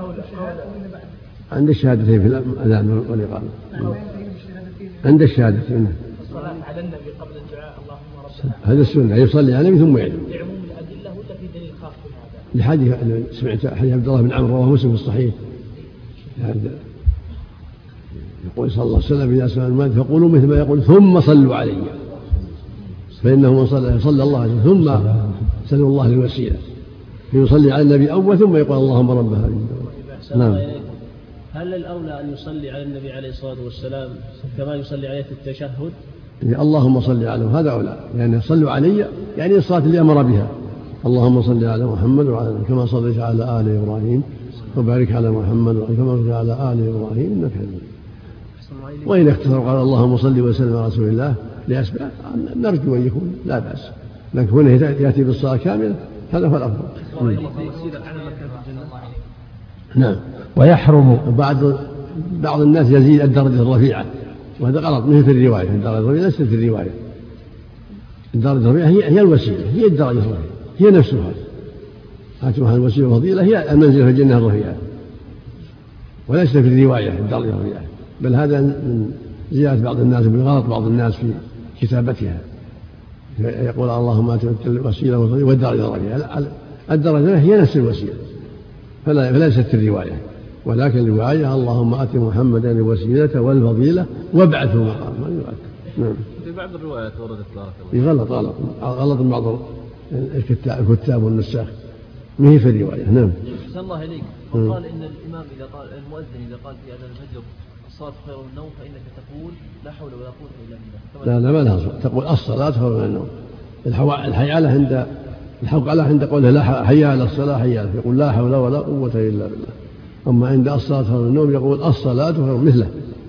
عند الشهادتين في الأذان والإقامة. عند الشهادتين. الصلاة على النبي قبل الدعاء اللهم ربنا. هذا السنة يصلي على النبي ثم يدعو. لعموم الأدلة ولا في دليل خاص بهذا؟ لحديث سمعت حديث عبد الله بن عمرو رواه مسلم في الصحيح. يقول صلى الله عليه وسلم إذا سمع المؤذن فقولوا مثل ما يقول ثم صلوا علي، فإنه من صلى الله عليه وسلم ثم سلوا الله الوسيلة، فيصلي على النبي أول ثم يقول اللهم رب هذه الدعوة. نعم. هل الأولى أن يصلي على النبي عليه الصلاة والسلام كما يصلي عليه في التشهد؟ اللهم صل عليه، هذا أولى، يعني صلوا علي يعني الصلاة اللي أمر بها، اللهم صل على محمد وعلى كما صليت على آل إبراهيم وبارك على محمد كما صليت على آل إبراهيم إنك حميد. وإن اختصر قال اللهم صل وسلم على رسول الله لأسباب نرجو أن يكون لا بأس، لكن هنا يأتي بالصلاة كاملة هذا هو الأفضل. نعم. ويحرم بعض الناس يزيد الدرجة الرفيعة، وهذا غلط، مثل في الرواية. الدرجة الرفيعة ليست في الرواية، الدرجة الرفيعة هي الوسيلة، هي الدرجة الرفيعة، هي نفسها. هاتوها الوسيلة والفضيلة هي المنزلة في الجنة الرفيعة، وليست في الرواية الدرجة الرفيعة، بل هذا من زيادة بعض الناس بالغلط بعض الناس في كتابتها، يقول اللهم آت الوسيلة والدرجة الرفيعة. الدرجة هي نفس الوسيلة فليست في الرواية، ولكن الرواية اللهم آت محمدا الوسيلة والفضيلة وابعثه مقاما يبعث. نعم. في بعض الروايات وردت بارك الله. غلط من بعض الكتاب والنساخ، ما هي في الرواية. نعم. أحسن الله إليك. وقال إن الإمام إذا قال المؤذن إذا قال في أذان الفجر الصلاة خير من النوم فإنك تقول لا حول ولا قوة إلا بالله. لا ما لها تقول الصلاة خير من النوم. الحيالة عند الحوقلة عند قوله لا حي على الصلاة حيالة يقول لا حول ولا قوة إلا بالله. أما عند الصلاة خير من النوم يقول الصلاة خير مثله.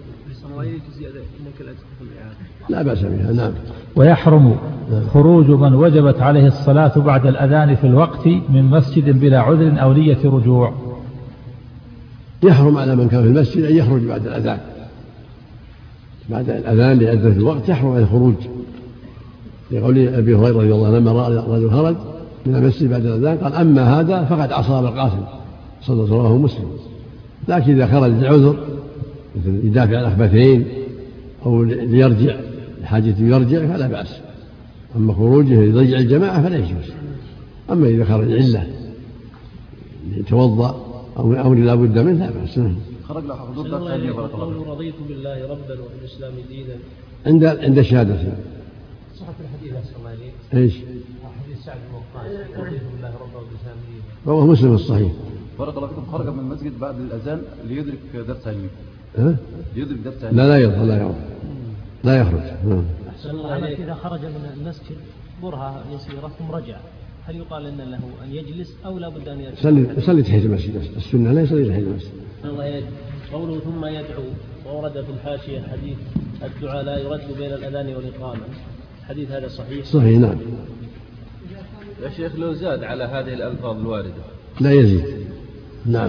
لا بأس بها. نعم. ويحرم خروج من وجبت عليه الصلاة بعد الأذان في الوقت من مسجد بلا عذر أو نية رجوع. يحرم على من كان في المسجد أن يخرج بعد الأذان، بعد الأذان لأذن في الوقت يحرم على الخروج، لقول أبي هريرة رضي الله عنه لما رأى رجل خرج من المسجد بعد الأذان قال أما هذا فقد عصى القاسم صلى الله عليه وسلم. لكن إذا خرج لعذر مثل يدافع عن أخبثين أو ليرجع لحاجة يرجع فلا بأس، أما خروجه ليضيع الجماعة فلا يجوز. أما إذا خرج علة يتوضأ أو أمر لا بد منه لا بأس. خرج له حدود رضيت بالله ربا وبالإسلام دينا عند الشهادتين. صحة الحديث أحسن الله إليك. إيش؟ حديث سعد بن وقاص رضيت بالله ربا وبالإسلام دينا. رواه مسلم الصحيح. بارك الله فيكم. خرج من المسجد بعد الأذان ليدرك درس علمي. يدرك درس علمي. لا يخرج. أحسن الله إليك. إذا خرج من المسجد برهة يسيرة ثم رجع هل يقال إن له أن يجلس أو لا بد أن يرجع؟ يصلي تحية المسجد، السنة لا يصلي تحية المسجد. الله إليك. قوله ثم يدعو، وورد في الحاشية حديث الدعاء لا يرد بين الأذان والإقامة، الحديث هذا صحيح؟ صحيح. نعم. يا شيخ لو زاد على هذه الألفاظ الواردة لا يزيد. نعم.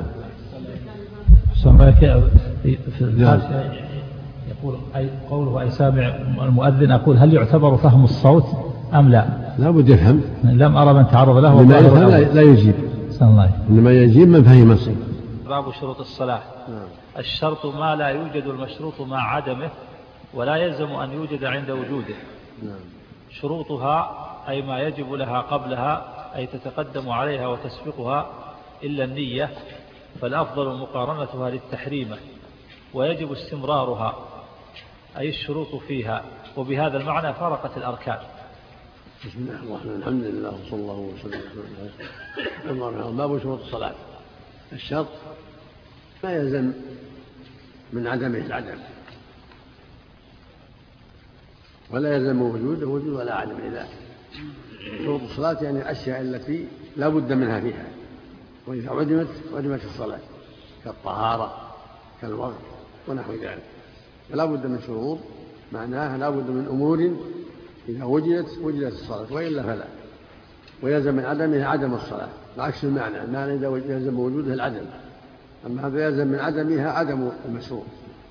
يقول أي قوله أي سامع المؤذن أقول هل يعتبر فهم الصوت أم لا؟ لا بد يفهم. لم أرى من تعرض له. لا يجيب. إنما يجيب من فهم الصوت. باب شروط الصلاة. الشرط ما لا يوجد المشروط مع عدمه ولا يلزم أن يوجد عند وجوده. شروطها أي ما يجب لها قبلها أي تتقدم عليها وتسبقها إلا النية، فالأفضل مقارنتها للتحريمة، ويجب استمرارها أي الشروط فيها، وبهذا المعنى فارقت الأركان. بسم الله الرحمن الرحيم. الحمد لله وصلى الله وسلم على رسول الله. باب شروط الصلاة. الشرط ما يلزم من عدمه العدم، ولا يلزم وجوده وجود ولا عدم لذلك. شروط الصلاة يعني الأشياء التي لا بد منها فيها، وإذا عدمت الصلاة، كالطهارة كالوقت ونحو ذلك. فلا بد من شروط، معناها لا بد من أمور إذا وجدت الصلاة، وإلا فلا. ويلزم من عدمها عدم الصلاة، العكس المعنى إذا يلزم وجودها العدم، أما هذا يلزم من عدمها عدم المشروط.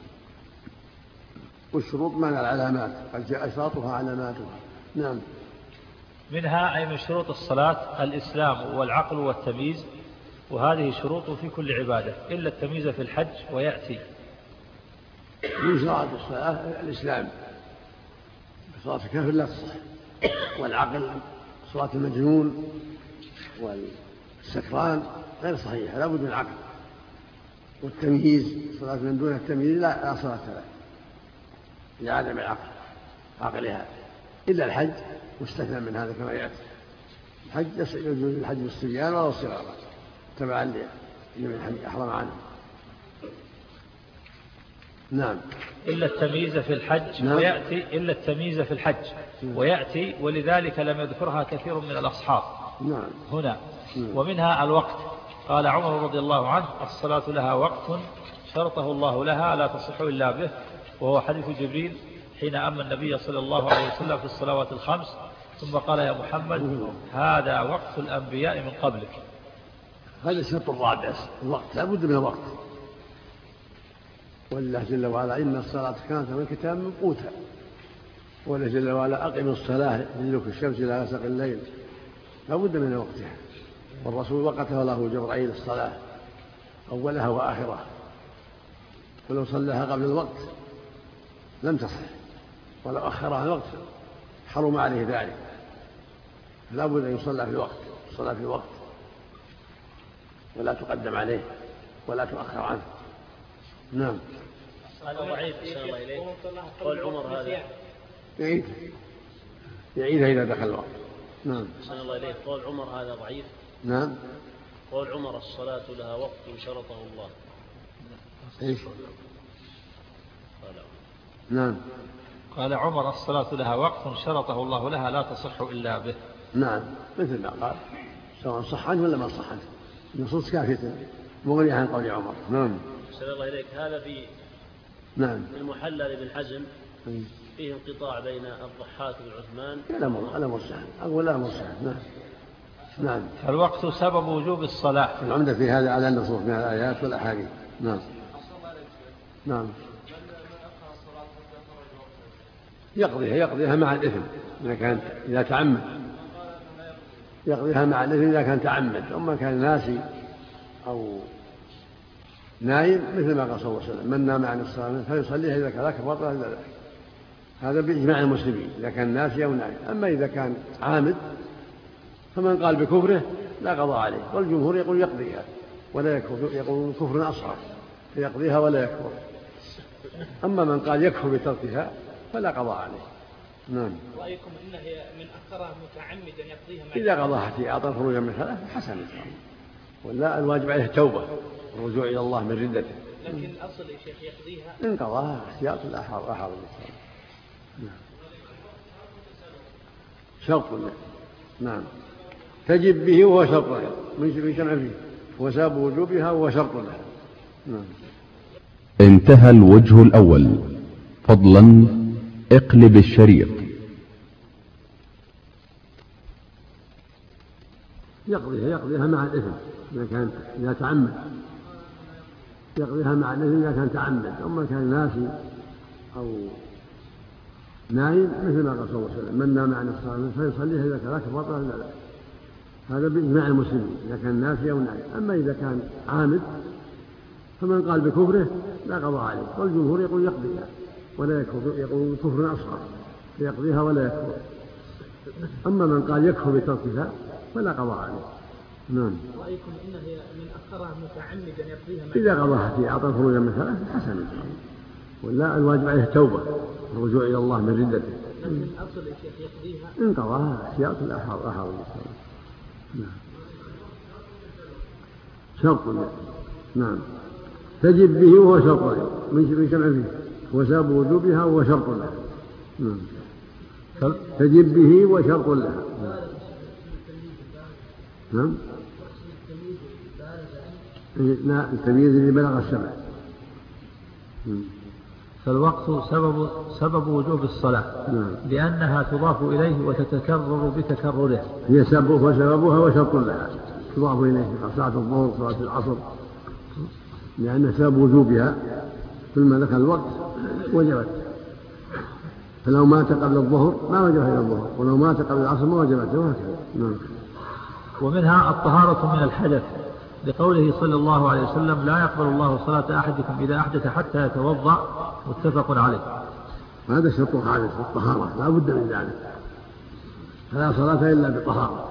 والشروط معنى العلامات، قد جاء أشراطها علاماتها. نعم. منها أي من شروط الصلاة الإسلام والعقل والتمييز، وهذه شروط في كل عبادة إلا التمييز في الحج ويأتي. من شرائط الصلاة الإسلام، صلاة الكافر لا تصح، والعقل صلاة المجنون والسكران غير صحيحة، لا بد من العقل. والتمييز صلاة من دون التمييز لا صلاة له لعدم العقل عقلها، إلا الحج مستثنى من هذا كما يأتي. الحج يجوز الحج بالصبيان ولا الصغار تبعا لمن الحج أحرم عنه. نعم. إلا التمييز في الحج. نعم. ويأتي إلا التمييز في الحج. نعم. ويأتي، ولذلك لم يذكرها كثير من الأصحاب. نعم. هنا. نعم. ومنها الوقت. قال عمر رضي الله عنه: الصلاة لها وقت شرطه الله لها لا تصح إلا به، وهو حديث جبريل حين أما النبي صلى الله عليه وسلم في الصلوات الخمس ثم قال: يا محمد هذا وقت الأنبياء من قبلك. هذا الشرط الرابع، الوقت، لا بد من الوقت. والله جل وعلا: إن الصلاة كانت من الكتاب موقوتا. والله جل وعلا: أقم الصلاة لدلوك الشمس إلى غسق الليل. لا بد من وقتها، والرسول وقتها له جبرائيل الصلاة أولها وآخرها، ولو صلىها قبل الوقت لم تصح، ولو أخرها الوقت حرم عليه ذلك. لا بد أن يصلى في الوقت، الصلاة في الوقت، ولا تقدم عليه ولا تؤخر عنه. نعم. هذا ضعيف إن شاء الله إليك. قول عمر هذا يعيدها إذا دخل الوقت. نعم. إن الله إليك. قول عمر هذا ضعيف. نعم. قول عمر: الصلاة لها وقت شرطه الله. إيش؟ نعم. قال عمر: الصلاة لها وقت شرطه الله لها لا تصح إلا به. نعم، مثل ما قال، سواء صح عنه ولا ما صح عنه، النصوص كافية مغنية عن قول عمر. نعم. أحسن الله إليك. هذا في نعم المحلى لابن حزم فيه انقطاع بين الضحاك والعثمان. لا مرسل، أقول لا مرسل. نعم. نعم. الوقت سبب وجوب الصلاة. العمدة في هذا على النصوص من الآيات والأحاديث. نعم. نعم. يقضيها مع الإثم إذا تعمد، يقضيها مع الإثم إذا كان تعمد. أما كان ناسي أو نايم، مثل ما قال صلى الله عليه وسلم: من نام عن الصلاة فيصليها إذا كان ذاك بطل إلا ذاك. هذا بإجماع المسلمين إذا كان ناسي أو نايم. أما إذا كان عامد فمن قال بكفره لا قضاء عليه، والجمهور يقول يقضيها ولا يكفر، يقول كفر أصغر فيقضيها ولا يكفر. أما من قال يكفر بتركها فلا قضاء عليه. نعم. رأيكم إنه من أخرها متعمدا يقضيها إذا قضاها احتياطا خروجا من ثلاث حسن إن شاء الله، ولا الواجب عليه التوبة والرجوع إلى الله من ردته. لكن الأصل يا شيخ يقضيها إن قضاها احتياط لا حرج. نعم. شرط. نعم. تجب به وهو شرط لها، من شرع فيه وسبب وجوبها وهو شرط لها. نعم. انتهى الوجه الأول. فضلا اقلب الشريط. يقضيها مع الإثم إذا تعمد، يقضيها مع الإثم إذا كان تعمد. أما كان ناسي أو نايم، مثل ما قال صلى الله عليه وسلم: من نام عن الصلاة فيصليها إذا كان ذاك بطل إلا ذاك. هذا بإجماع المسلمين إذا كان ناسي أو نايم. أما إذا كان عامد فمن قال بكفره لا قضاء عليه، والجمهور يقول يقضيها ولا يكفر، يقول كفر أصغر فيقضيها ولا يكفر. أما من قال يكفر بتركها فلا قضاء عليه. نعم. رأيكم إنه من أخرها متعمدا يقضيها إذا قضاها احتياطا خروجا من ثلاث حسن إن شاء الله، ولا الواجب عليه التوبة والرجوع إلى الله من ردته. لكن الأصل يا شيخ يقضيها إن قضاها احتياط لا حرج بالصلاة. نعم شرط. نعم تجب به وهو شرط له من جمع فيه هو سبب وجوبها وهو شرط لها. نعم تجب به وشرط لها. نعم لا التمييز اللي بلغ السبع. فالوقت سبب وجوب الصلاة لأنها تضاف إليه وتتكرر بتكرره. هي سببها وشرط لها تضاف إليه صلاة الظهر صلاة العصر لأن سبب وجوبها كل ما دخل الوقت وجبت. فلو مات قبل الظهر ما وجب إلى الظهر ولو مات قبل العصر ما وجبت وهكذا. ومنها الطهارة من الحدث لقوله صلى الله عليه وسلم لا يقبل الله صلاة أحدكم إذا أحدث حتى يتوضأ متفق عليه. هذا شرط حادث الطهارة لا بد من ذلك فلا صلاة إلا بطهارة.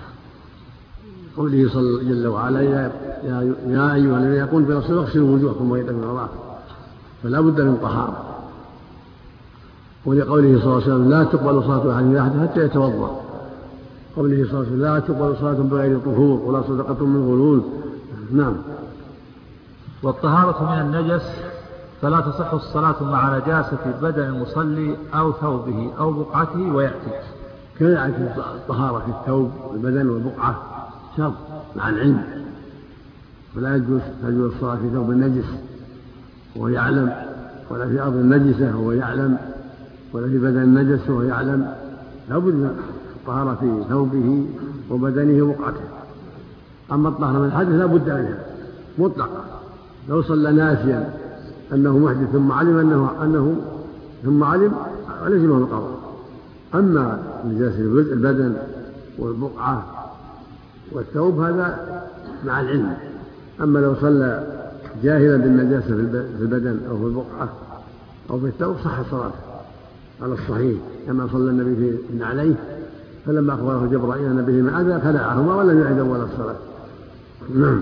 قوله صلى جل وعلا يا أيها الذين يقولون برسول اغسلوا وجوهكم وأيديكم إلى المرافق فلا بد من طهارة. ولقوله صلى الله عليه وسلم لا تقبل صلاة أحد إذا أحدث حتى يتوضأ. قوله صلى الله عليه وسلم لا تقبل صلاة بغير طهور ولا صدقة من غلول. نعم. والطهارة من النجس فلا تصح الصلاة مع نجاسة بدن المصلي أو ثوبه أو بقعته ويأتي. كذلك الطهارة في الثوب والبدن والبقعة شرط مع العلم ولا يجوز الصلاة في ثوب النجس وهو يعلم ولا في أرض النجسة وهو يعلم ولا في بدن النجس وهو يعلم. لا بد من الطهارة في ثوبه وبدنه وبقعته. أما الطهارة من الحدث لا بد منها مطلقة. لو صلى ناسيا أنه محدث ثم علم أنه ثم علم لزمه القضاء. أما نجاسة البدن والبقعة والثوب هذا مع العلم. أما لو صلى جاهلا بالنجاسة في البدن أو في البقعة أو في الثوب صح صلاته على الصحيح كما صلى النبي في عليه فلما أخبره جبرائيل أن به من أذى خلعهما ولم يعد أول الصلاة. نعم.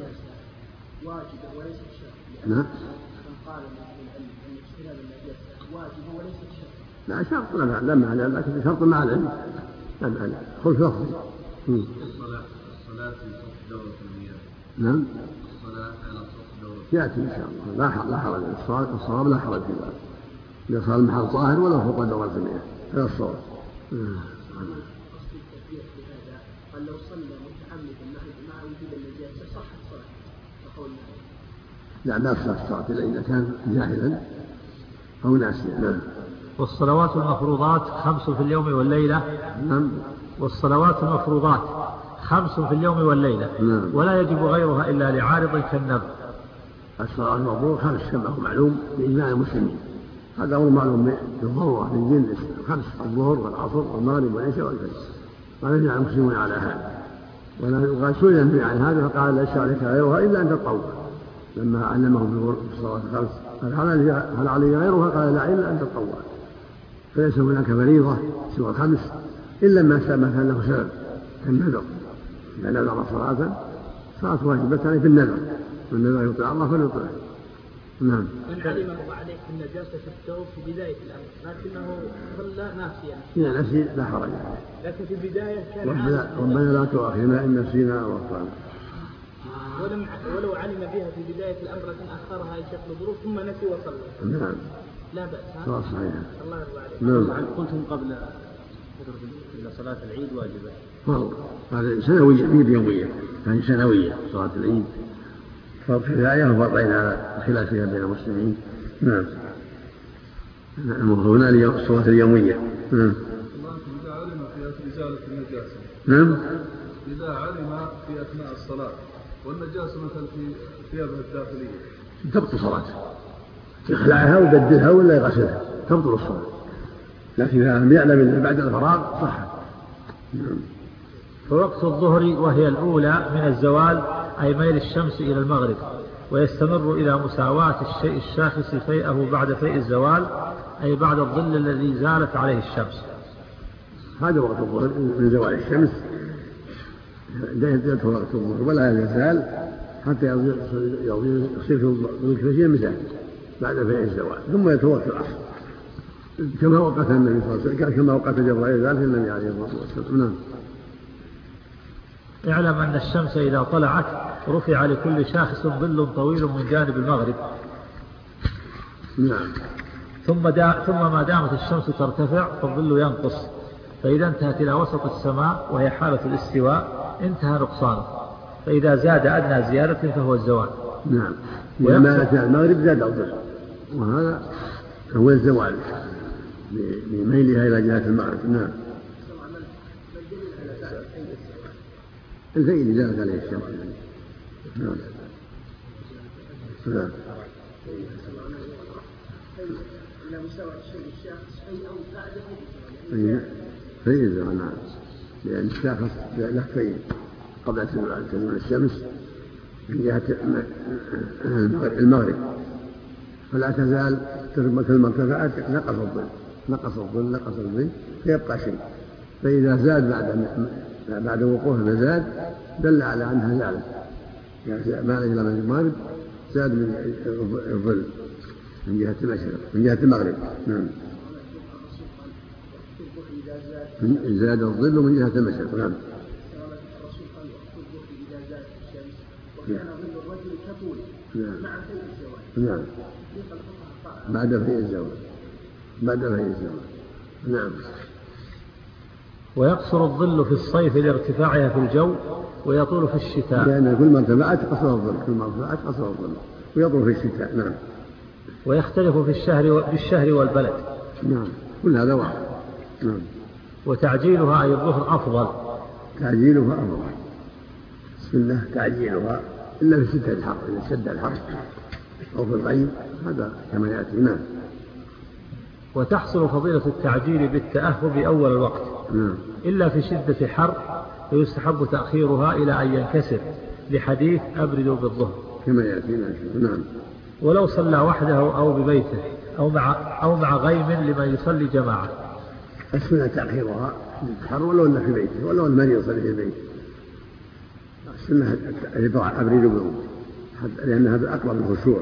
نعم. لا شرط لا معنى لكن شرط مع العلم لا معنى خذ لفظي. الصلاة في صف دورة المياه. نعم. الصلاة على صف دورة. يأتي إن شاء الله لا حرج الصواب لا حرج في ذلك إذا صار المحل طاهر ولا فوق دورة المياه هذا الصواب. قال لو صلى متعمدا مع وجود النجاسة صحت صلاته. لا ما صح الصلاة إلا إذا كان جاهلا أو ناسيا. نعم. والصلوات المفروضات 5 في اليوم والليلة. نعم. والصلوات المفروضات 5 في اليوم والليلة. نعم. ولا يجب غيرها إلا لعارض كالنذر. الصلاة المفروض 5 كما هو معلوم بإجماع المسلمين. هذا أمر معلوم بالضرورة من دين الإسلام 5 الظهر والعصر والمغرب والعشاء والفجر. قال يجمع المسلمون على هذا ولا سئل النبي عن هذا فقال ليس عليك غيرها إلا أن تطوع لما علمه بالصلاة 5 هل علي غيرها قال لا إلا أن تطوع. فليس هناك فريضة سوى 5 إلا ما كان له سبب كالنذر إذا نذر صلاة واجبة في النذر والنذر يطيع الله فليطيعه. نعم. من علمه عليه النجاسة في الثوب في بداية الأمر لكنه صلى ناسيا. إذا نسي لا حرج عليه. لكن في البداية كان ربنا لا تؤاخذنا إن نسينا أو أخطأنا. ولو علم بها في بداية الأمر لكن أخرها لشكل ظروف ثم نسي وصلى. نعم. لا بأس. صلاة صحيحة. الله يرضى عليك. نعم. قلتم قبل صلاة العيد واجبة. فرض هذا سنوية بيومية يعني سنوية صلاة العيد فرض كفاية وفرضين على خلافها بين المسلمين. نعم. هنا الصلاة اليومية. نعم. إذا علم في إزالة النجاسة. نعم. إذا علم في أثناء الصلاة والنجاسة مثل في ثيابه الداخلية. تبطل صلاته. يخلعها ويبدلها ولا يغسلها تبطل الصلاة. لكن إذا لم يعلم بعد الفراغ صح. نعم. فوقت الظهر وهي الأولى من الزوال أي ميل الشمس إلى المغرب ويستمر إلى مساواة الشيء الشاخص فيئه بعد فيء الزوال أي بعد الظل الذي زالت عليه الشمس. هذا وقت الظهر من زوال الشمس يدخل وقت الظهر ولا يزال حتى يصير في الكرسي مثال بعد فيء الزوال ثم يتوقف العصر كما وقت النبي صلى الله عليه وسلم، كما وقت جبرائيل ذلك النبي عليه الصلاة والسلام. نعم. اعلم أن الشمس إذا طلعت رفع لكل شاخص ظل طويل من جانب المغرب. نعم. ثم ما دامت الشمس ترتفع فالظل ينقص، فإذا انتهت إلى وسط السماء وهي حالة الاستواء انتهى نقصانه، فإذا زاد أدنى زيادة فهو الزوال. نعم. إذا مالت المغرب زاد الظل، وهذا هو الزوال بميلها إلى جهة المغرب. نعم. الفيل زادت عليه الشمس. نعم. نعم. فيء الزوال. نعم. لأن الشاخص له فيء قبل تزول الشمس من جهة المغرب، فلا تزال كل ما ارتفعت نقص الظل فيبقى شيء، فإذا زاد بعد وقوعه فزاد دل على أنها زالت، يعني مال إلى المغرب زاد من الظل من جهة المشرق من جهة المغرب. نعم. زاد الظل من جهة المشرق. نعم. نعم. بعد فيء الزوال. نعم. ويقصر الظل في الصيف لارتفاعها في الجو، ويطول في الشتاء. لأن كل ما ارتفعت قصر الظل، ويطول في الشتاء. نعم. ويختلف في بالشهر والبلد. نعم. كل هذا واحد. نعم. وتعجيلها أي الظهر أفضل. تعجيلها أفضل. السنة تعجيلها إلا في شدة الحر، إذا شد الحر أو في الغيم هذا كما يأتي. نعم. وتحصل فضيلة التعجيل بالتأهب أول الوقت. نعم. إلا في شدة حر فيستحب تأخيرها إلى أن ينكسر، لحديث أبردوا بالظهر كما يأتي. نعم. ولو صلى وحده أو ببيته أو مع غيم لمن يصلي جماعة. السنة تأخيرها الحر ولو أن في بيته، ولو المريض يصلي في بيته. السنة أبردوا بالظهر لأن هذا أقرب الخشوع.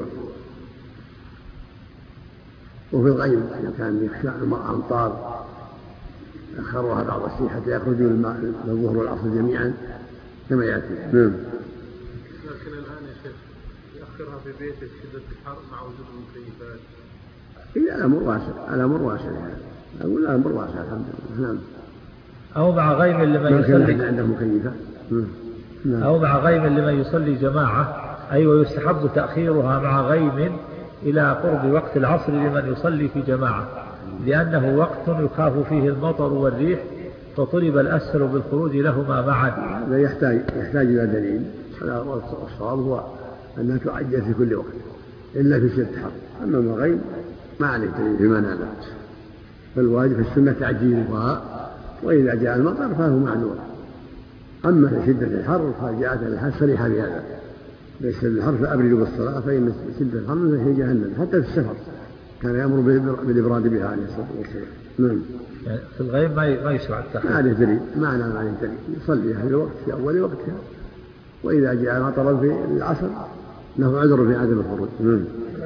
وفي الغيب إذا كان يخشى أمطار أخروها بعض الشيء حتى يخرجون الظهر والعصر جميعا كما يأتي. نعم. لكن الآن يا شيخ يأخرها في بيته شدة الحر مع وجود المكيفات. إذا الأمر واسع أقول الأمر واسع الحمد لله. نعم. أو مع غيم لمن يصلي عنده مكيفات. نعم. أو مع غيم لمن يصلي جماعة، أي ويستحب تأخيرها مع غيم إلى قرب وقت العصر لمن يصلي في جماعة، لأنه وقت يخاف فيه المطر والريح، فطلب الأسهل بالخروج لهما معا. هذا يحتاج إلى دليل. الصواب هو أنها تعجل في كل وقت إلا في شدة الحر. أما الغيم ما عليه دليل فيما نال، فالواجب في السنة تعجيلها، وإذا جاء المطر فهو معذور. أما في شدة الحر فجاءت الحال صريحة بهذا، ليس الحر فأبردوا بالصلاة، فإن شدة الحر في جهنم. حتى في السفر كان يأمر بالإبراد بها عليه الصلاة والسلام. نعم. يعني في الغيب ما يشرع التأخير. ما عليه دليل، ما عليه دليل، يصليها في الوقت في أول وقتها، وإذا جاء مطر في العصر له عذر في عدم الخروج. نعم.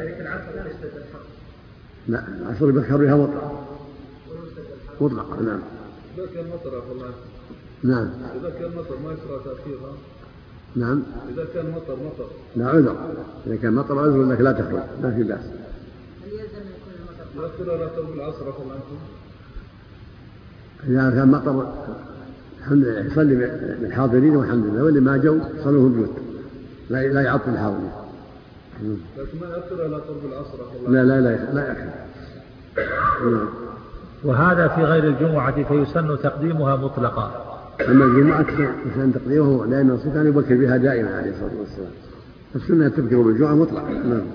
لا، العصر يبكر بها مطلقا. نعم. إذا كان مطر أخوان. نعم. إذا كان مطر ما يشرع تأخيرها. نعم. إذا كان مطر لا عذر. إذا كان مطر عذر لك لا تخرج، ما في بأس. يأخذ لا تربي العصر أخوان. إذا كان مطر الحمد لله يصلي بالحاضرين والحمد لله، واللي ما جو صلوا في البيوت، لا يعطل الحاضرين. لكن ما يأخذ لا تربي العصر أخوان. لا يأخذ. وهذا في غير الجمعة فيسن تقديمها مطلقا. أما الجمعة يسن تقديمه لأن الرسول كان يبكر بها دائما عليه الصلاة والسلام. السنة تبكر بالجمعة مطلقا.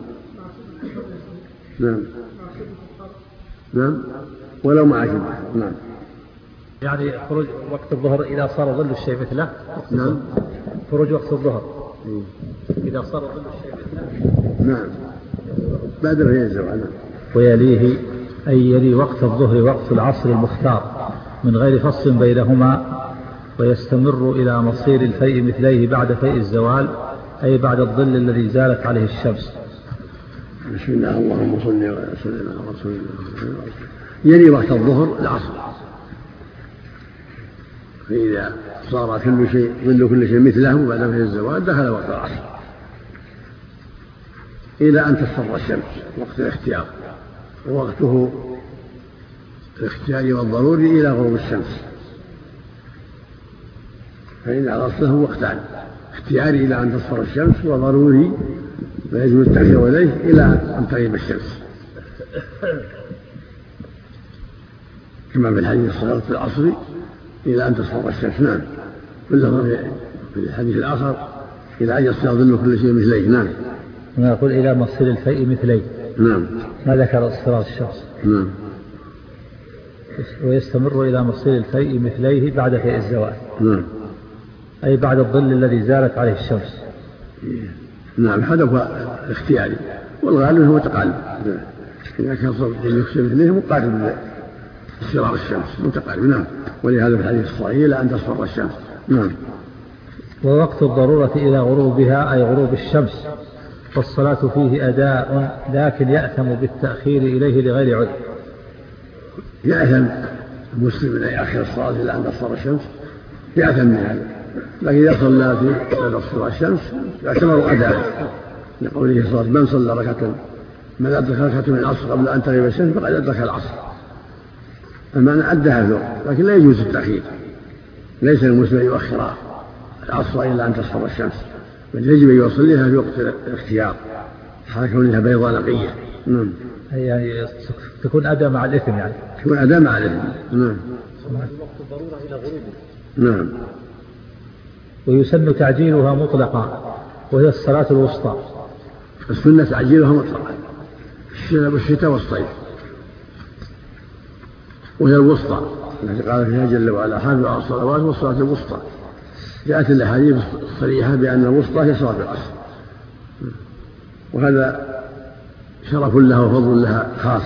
نعم. ولو مع شبه. نعم. يعني خروج وقت الظهر إذا صار ظل الشيء مثله. نعم. خروج وقت الظهر إذا صار ظل الشيء مثله. نعم. بعد فيء الزوال. ويليه أي يلي وقت الظهر وقت العصر المختار من غير فصل بينهما، ويستمر إلى مصير الفيء مثليه بعد فيء الزوال، أي بعد الظل الذي زالت عليه الشمس. بسم الله اللهم صل وسلم على رسول الله. يلي وقت الظهر العصر، فإذا صار كل شيء مثله بعد فجر الزوال دخل وقت العصر إلى أن تصفر الشمس وقت الاختيار، ووقته الاختياري والضروري إلى غروب الشمس. فإن على أصله وقتان: اختياري إلى أن تصفر الشمس، وضروري لا يجوز التأخير إليه إلى أن تغيب الشمس، كما في الحديث الصلاة في العصر إلى أن تصفر الشمس. نعم. كله في الحديث الآخر إلى أن يصير ظل كل شيء مثليه. نعم. يقول إلى مصير الفيء مثليه. نعم. ما ذكر اصفرار الشمس. نعم. ويستمر إلى مصير الفيء مثليه بعد فيء الزوال. نعم. أي بعد الظل الذي زالت عليه الشمس. نعم. هذا هو الاختياري، والغالب هو تقالب. إذا كان صوت يكسر مثليه مقارب لاصفرار الشمس متقارب. نعم. ولهذا في الحديث الصحيح إلى أن تصفر الشمس. نعم. ووقت الضرورة إلى غروبها أي غروب الشمس، فالصلاة فيه أداء، لكن يأثم بالتأخير إليه لغير عذر. يأثم المسلم أن يأخر الصلاة إلى أن تصفر الشمس، يأثم من هذا، لكن إذا صلى في تصفر الشمس يعتبر أداء، لقوله صلى الله عليه وسلم: من صلى ركعة من أدرك ركعة من العصر قبل أن تغيب الشمس فقد أدرك العصر. المعنى أداها له، لكن لا يجوز التأخير. ليس المسلم يؤخر العصر إلى أن تصفر الشمس، بل يجب أن يصليها في وقت الاختيار حال كونها بيضاء نقية. نعم. يعني تكون أداء مع الإثم، يعني تكون أداء مع الإثم. نعم. وقت الضرورة إلى غروبه. نعم. ويسن تعجيلها مطلقا، وهي الصلاة الوسطى. السنة تعجيلها مطلقا في الشتاء والصيف، وهي الوسطى التي قال فيها جل وعلا: حافظوا على الصلوات والصلاة الوسطى. جاءت الأحاديث الصريحة بأن الوسطى هي صلاة العصر، وهذا شرف لها وفضل لها خاص.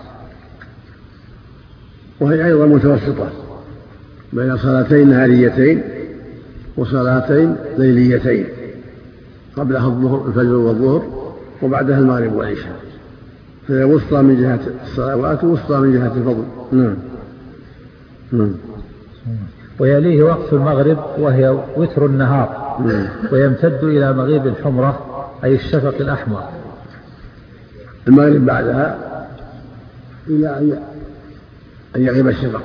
وهي أيضا متوسطة بين صلاتين نهاريتين وصلاتين ليليتين، قبلها الفجر والظهر، وبعدها المغرب والعشاء، فهي وسطى من جهة الصلوات ووسطى من جهة الفضل. نعم. ويليه وقت المغرب وهي وتر النهار، ويمتد إلى مغيب الحمرة أي الشفق الأحمر. المغرب بعدها إلى أن يغيب الشفق،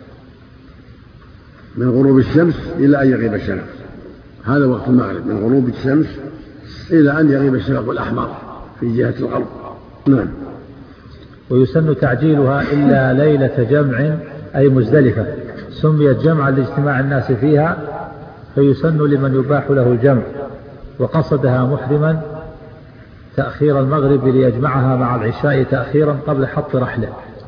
من غروب الشمس إلى أن يغيب الشفق. هذا وقت المغرب، من غروب الشمس إلى أن يغيب الشفق الأحمر في جهة الغرب. نعم. ويسن تعجيلها إلا ليلة جمع أي مزدلفة، سميت جمعا لاجتماع الناس فيها، فيسن لمن يباح له الجمع وقصدها محرما تأخير المغرب ليجمعها مع العشاء تأخيرا قبل حط رحله.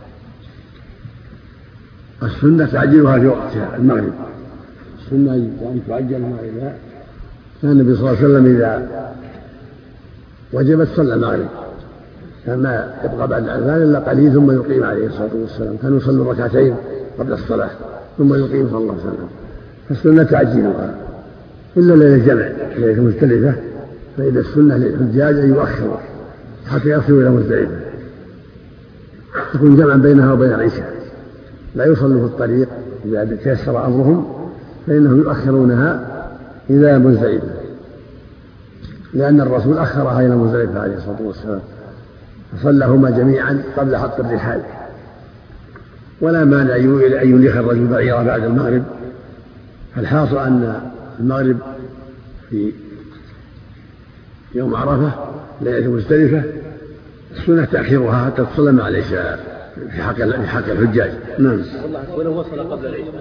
السنة تعجيلها في وقتها المغرب، السنة أن تعجل المغرب. كان النبي صلى الله عليه وسلم إذا وجبت صلى المغرب، كما يبقى بعد الأذان إلا قليل ثم يقيم عليه الصلاة والسلام. كانوا يصلوا ركعتين قبل الصلاة ثم يقيم صلى الله عليه وسلم. فالسنة تعجيلها إلا ليلة جمع ليلة مزدلفة، فإذا السنة للحجاج أن يؤخروا حتى يصلوا إلى مزدلفة، يكون جمعا بينها وبين العشاء، لا يصلوا في الطريق. إذا تيسر أمرهم فإنهم يؤخرونها إلى مزدلفة، لأن الرسول أخرها إلى مزدلفة عليه الصلاة والسلام، فصلىهما جميعا قبل حط الرحال. ولا مانع أن يليخ الرجل بعيرا بعد المغرب. فالحاصل أن المغرب في يوم عرفة ليلة مزدلفة السنة تأخيرها حتى تصلى مع العشاء في حق الحجاج. نعم. ولو وصل قبل العشاء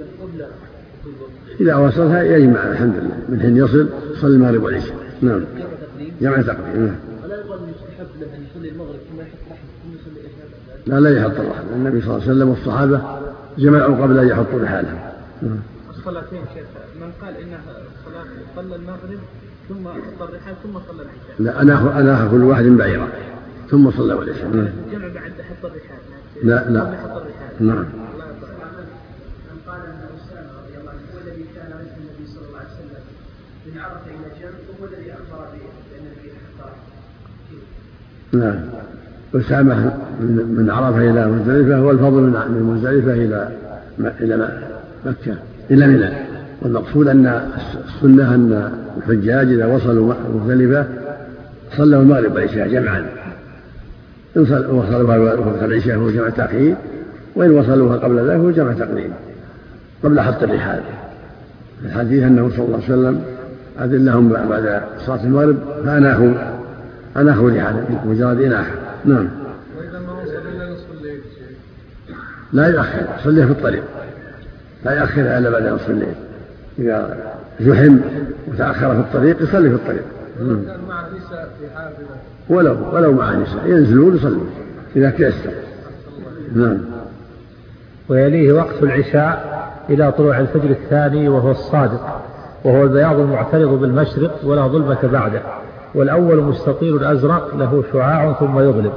إذا وصلها يجمع الحمد لله، من حين يصل صلى المغرب والعشاء. نعم. جمع تقديم. ولا يقال يستحب له أن يصلي المغرب ثم يحط رحل ثم يصلي العشاء؟ لا يحط الرحل. النبي صلى الله عليه وسلم والصحابة جمعوا قبل أن يحطوا رحالهم. الصلاتين شيخ، من قال إنها صلاة صلى المغرب ثم صلى الرحال ثم صلى العشاء. لا، أنا أخذ كل واحد بعيرا ثم صلى العشاء. الجمع بعد حط الرحال. لا. نعم. من قال أن أسامة رضي الله عنه هو الذي كان رجل النبي صلى الله عليه وسلم من عرفة إلى جمع، وهو الذي أخبر بأن النبي حط نعم. والسامح من عرفة إلى مزدلفة، والفضل من مزدلفة إلى مكة إلى منى. والمقصود أن السنة أن الحجاج إذا وصلوا مزدلفة صلوا المغرب والعشاء جمعا، إن وصلوها وقت العشاء هو جمع تأخير، وإن وصلوها قبل ذلك هو جمع تقديم قبل حط الرحال. الحديث أنه صلى الله عليه وسلم أذن لهم بعد صلاة المغرب فأناخوا رحالا مجرد إناخ. نعم. وإذا ما وصل إلى نصف الليل لا يؤخر، يصليها في الطريق، لا يؤخرها إلا بعد نصف الليل. إذا زحم وتأخر في الطريق يصلي في الطريق. كان مع نساء في حافلة ولو مع نساء ينزلون يصلون إذا تيسر. نعم. ويليه وقت العشاء إلى طلوع الفجر الثاني وهو الصادق، وهو البياض المعترض بالمشرق ولا ظلمة بعده، والأول مستطيل أزرق له شعاع ثم يظلم.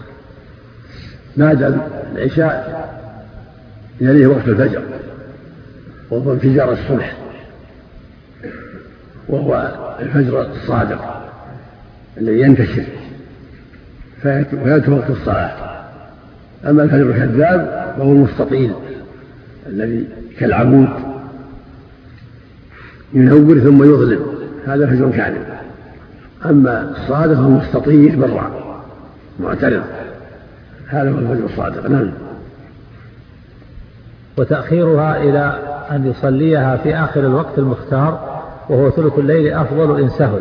بعد العشاء يليه وقت الفجر وهو انفجار الصبح، وهو الفجر الصادق الذي ينتشر فيأتي وقت الصلاة. أما الفجر الكذاب فهو المستطيل الذي كالعمود ينور ثم يظلم، هذا فجر كاذب. أما الصادق فهو مستطيل برع معترض، هذا هو الفجر الصادق. نعم. وتأخيرها إلى أن يصليها في آخر الوقت المختار وهو ثلث الليل أفضل إن سهل.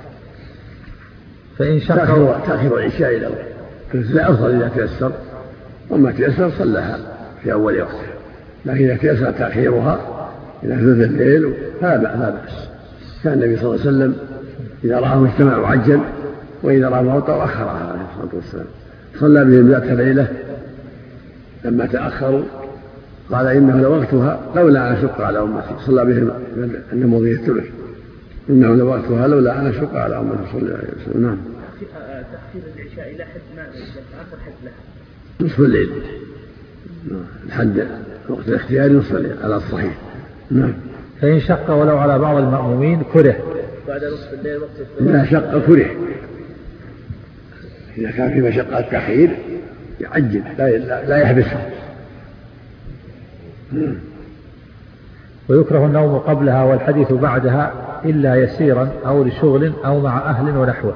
فإن شق تأخير العشاء إلى لا أفضل إذا تيسر، وما تيسر صلىها في أول وقت، لكن إذا تيسر تأخيرها إلى ثلث الليل فلا بأس. كان النبي صلى الله عليه وسلم إذا رآه اجتمع عجل، وإذا رأى موطأ أخرها عليه الصلاة والسلام. صلى بهم ذات ليلة لما تأخروا قال إنه لوقتها لولا أن أشق على أمتي، صلى بهم أن مضي الثلث، إنه لوقتها لولا أن أشق على أمتي صلى الله عليه وسلم. نعم. تأخير العشاء إلى حد ما آخر حد لها نصف الليل، الحد وقت الاختياري نصف الليل على الصحيح. نعم. فإن شق ولو على بعض المأمومين كره. بعد نصف الليل وقت إذا شق كره، إذا كان في مشقة التأخير يعجل لا يحبسه. ويكره النوم قبلها والحديث بعدها إلا يسيرا أو لشغل أو مع أهل ونحوه.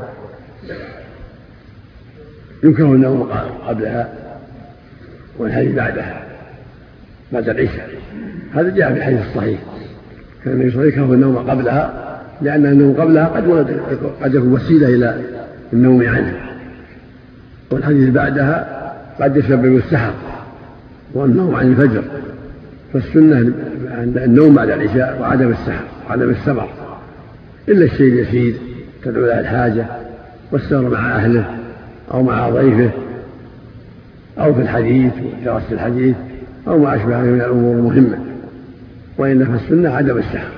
يكره النوم قبلها والحديث بعدها بعد العشاء، هذا جاء في الحديث الصحيح. كان يكره النوم قبلها لأن النوم قبلها قد يكون وسيلة إلى النوم عنها، والحديث بعدها قد يسبب السحر والنوم عن الفجر. فالسنة النوم بعد العشاء وعدم السحر وعدم السمر، إلا الشيء اليسير تدعو له الحاجة والسهر مع أهله أو مع ضيفه أو في الحديث ودراسة الحديث أو ما أشبه من الأمور المهمة، وإلا فالسنة عدم السحر.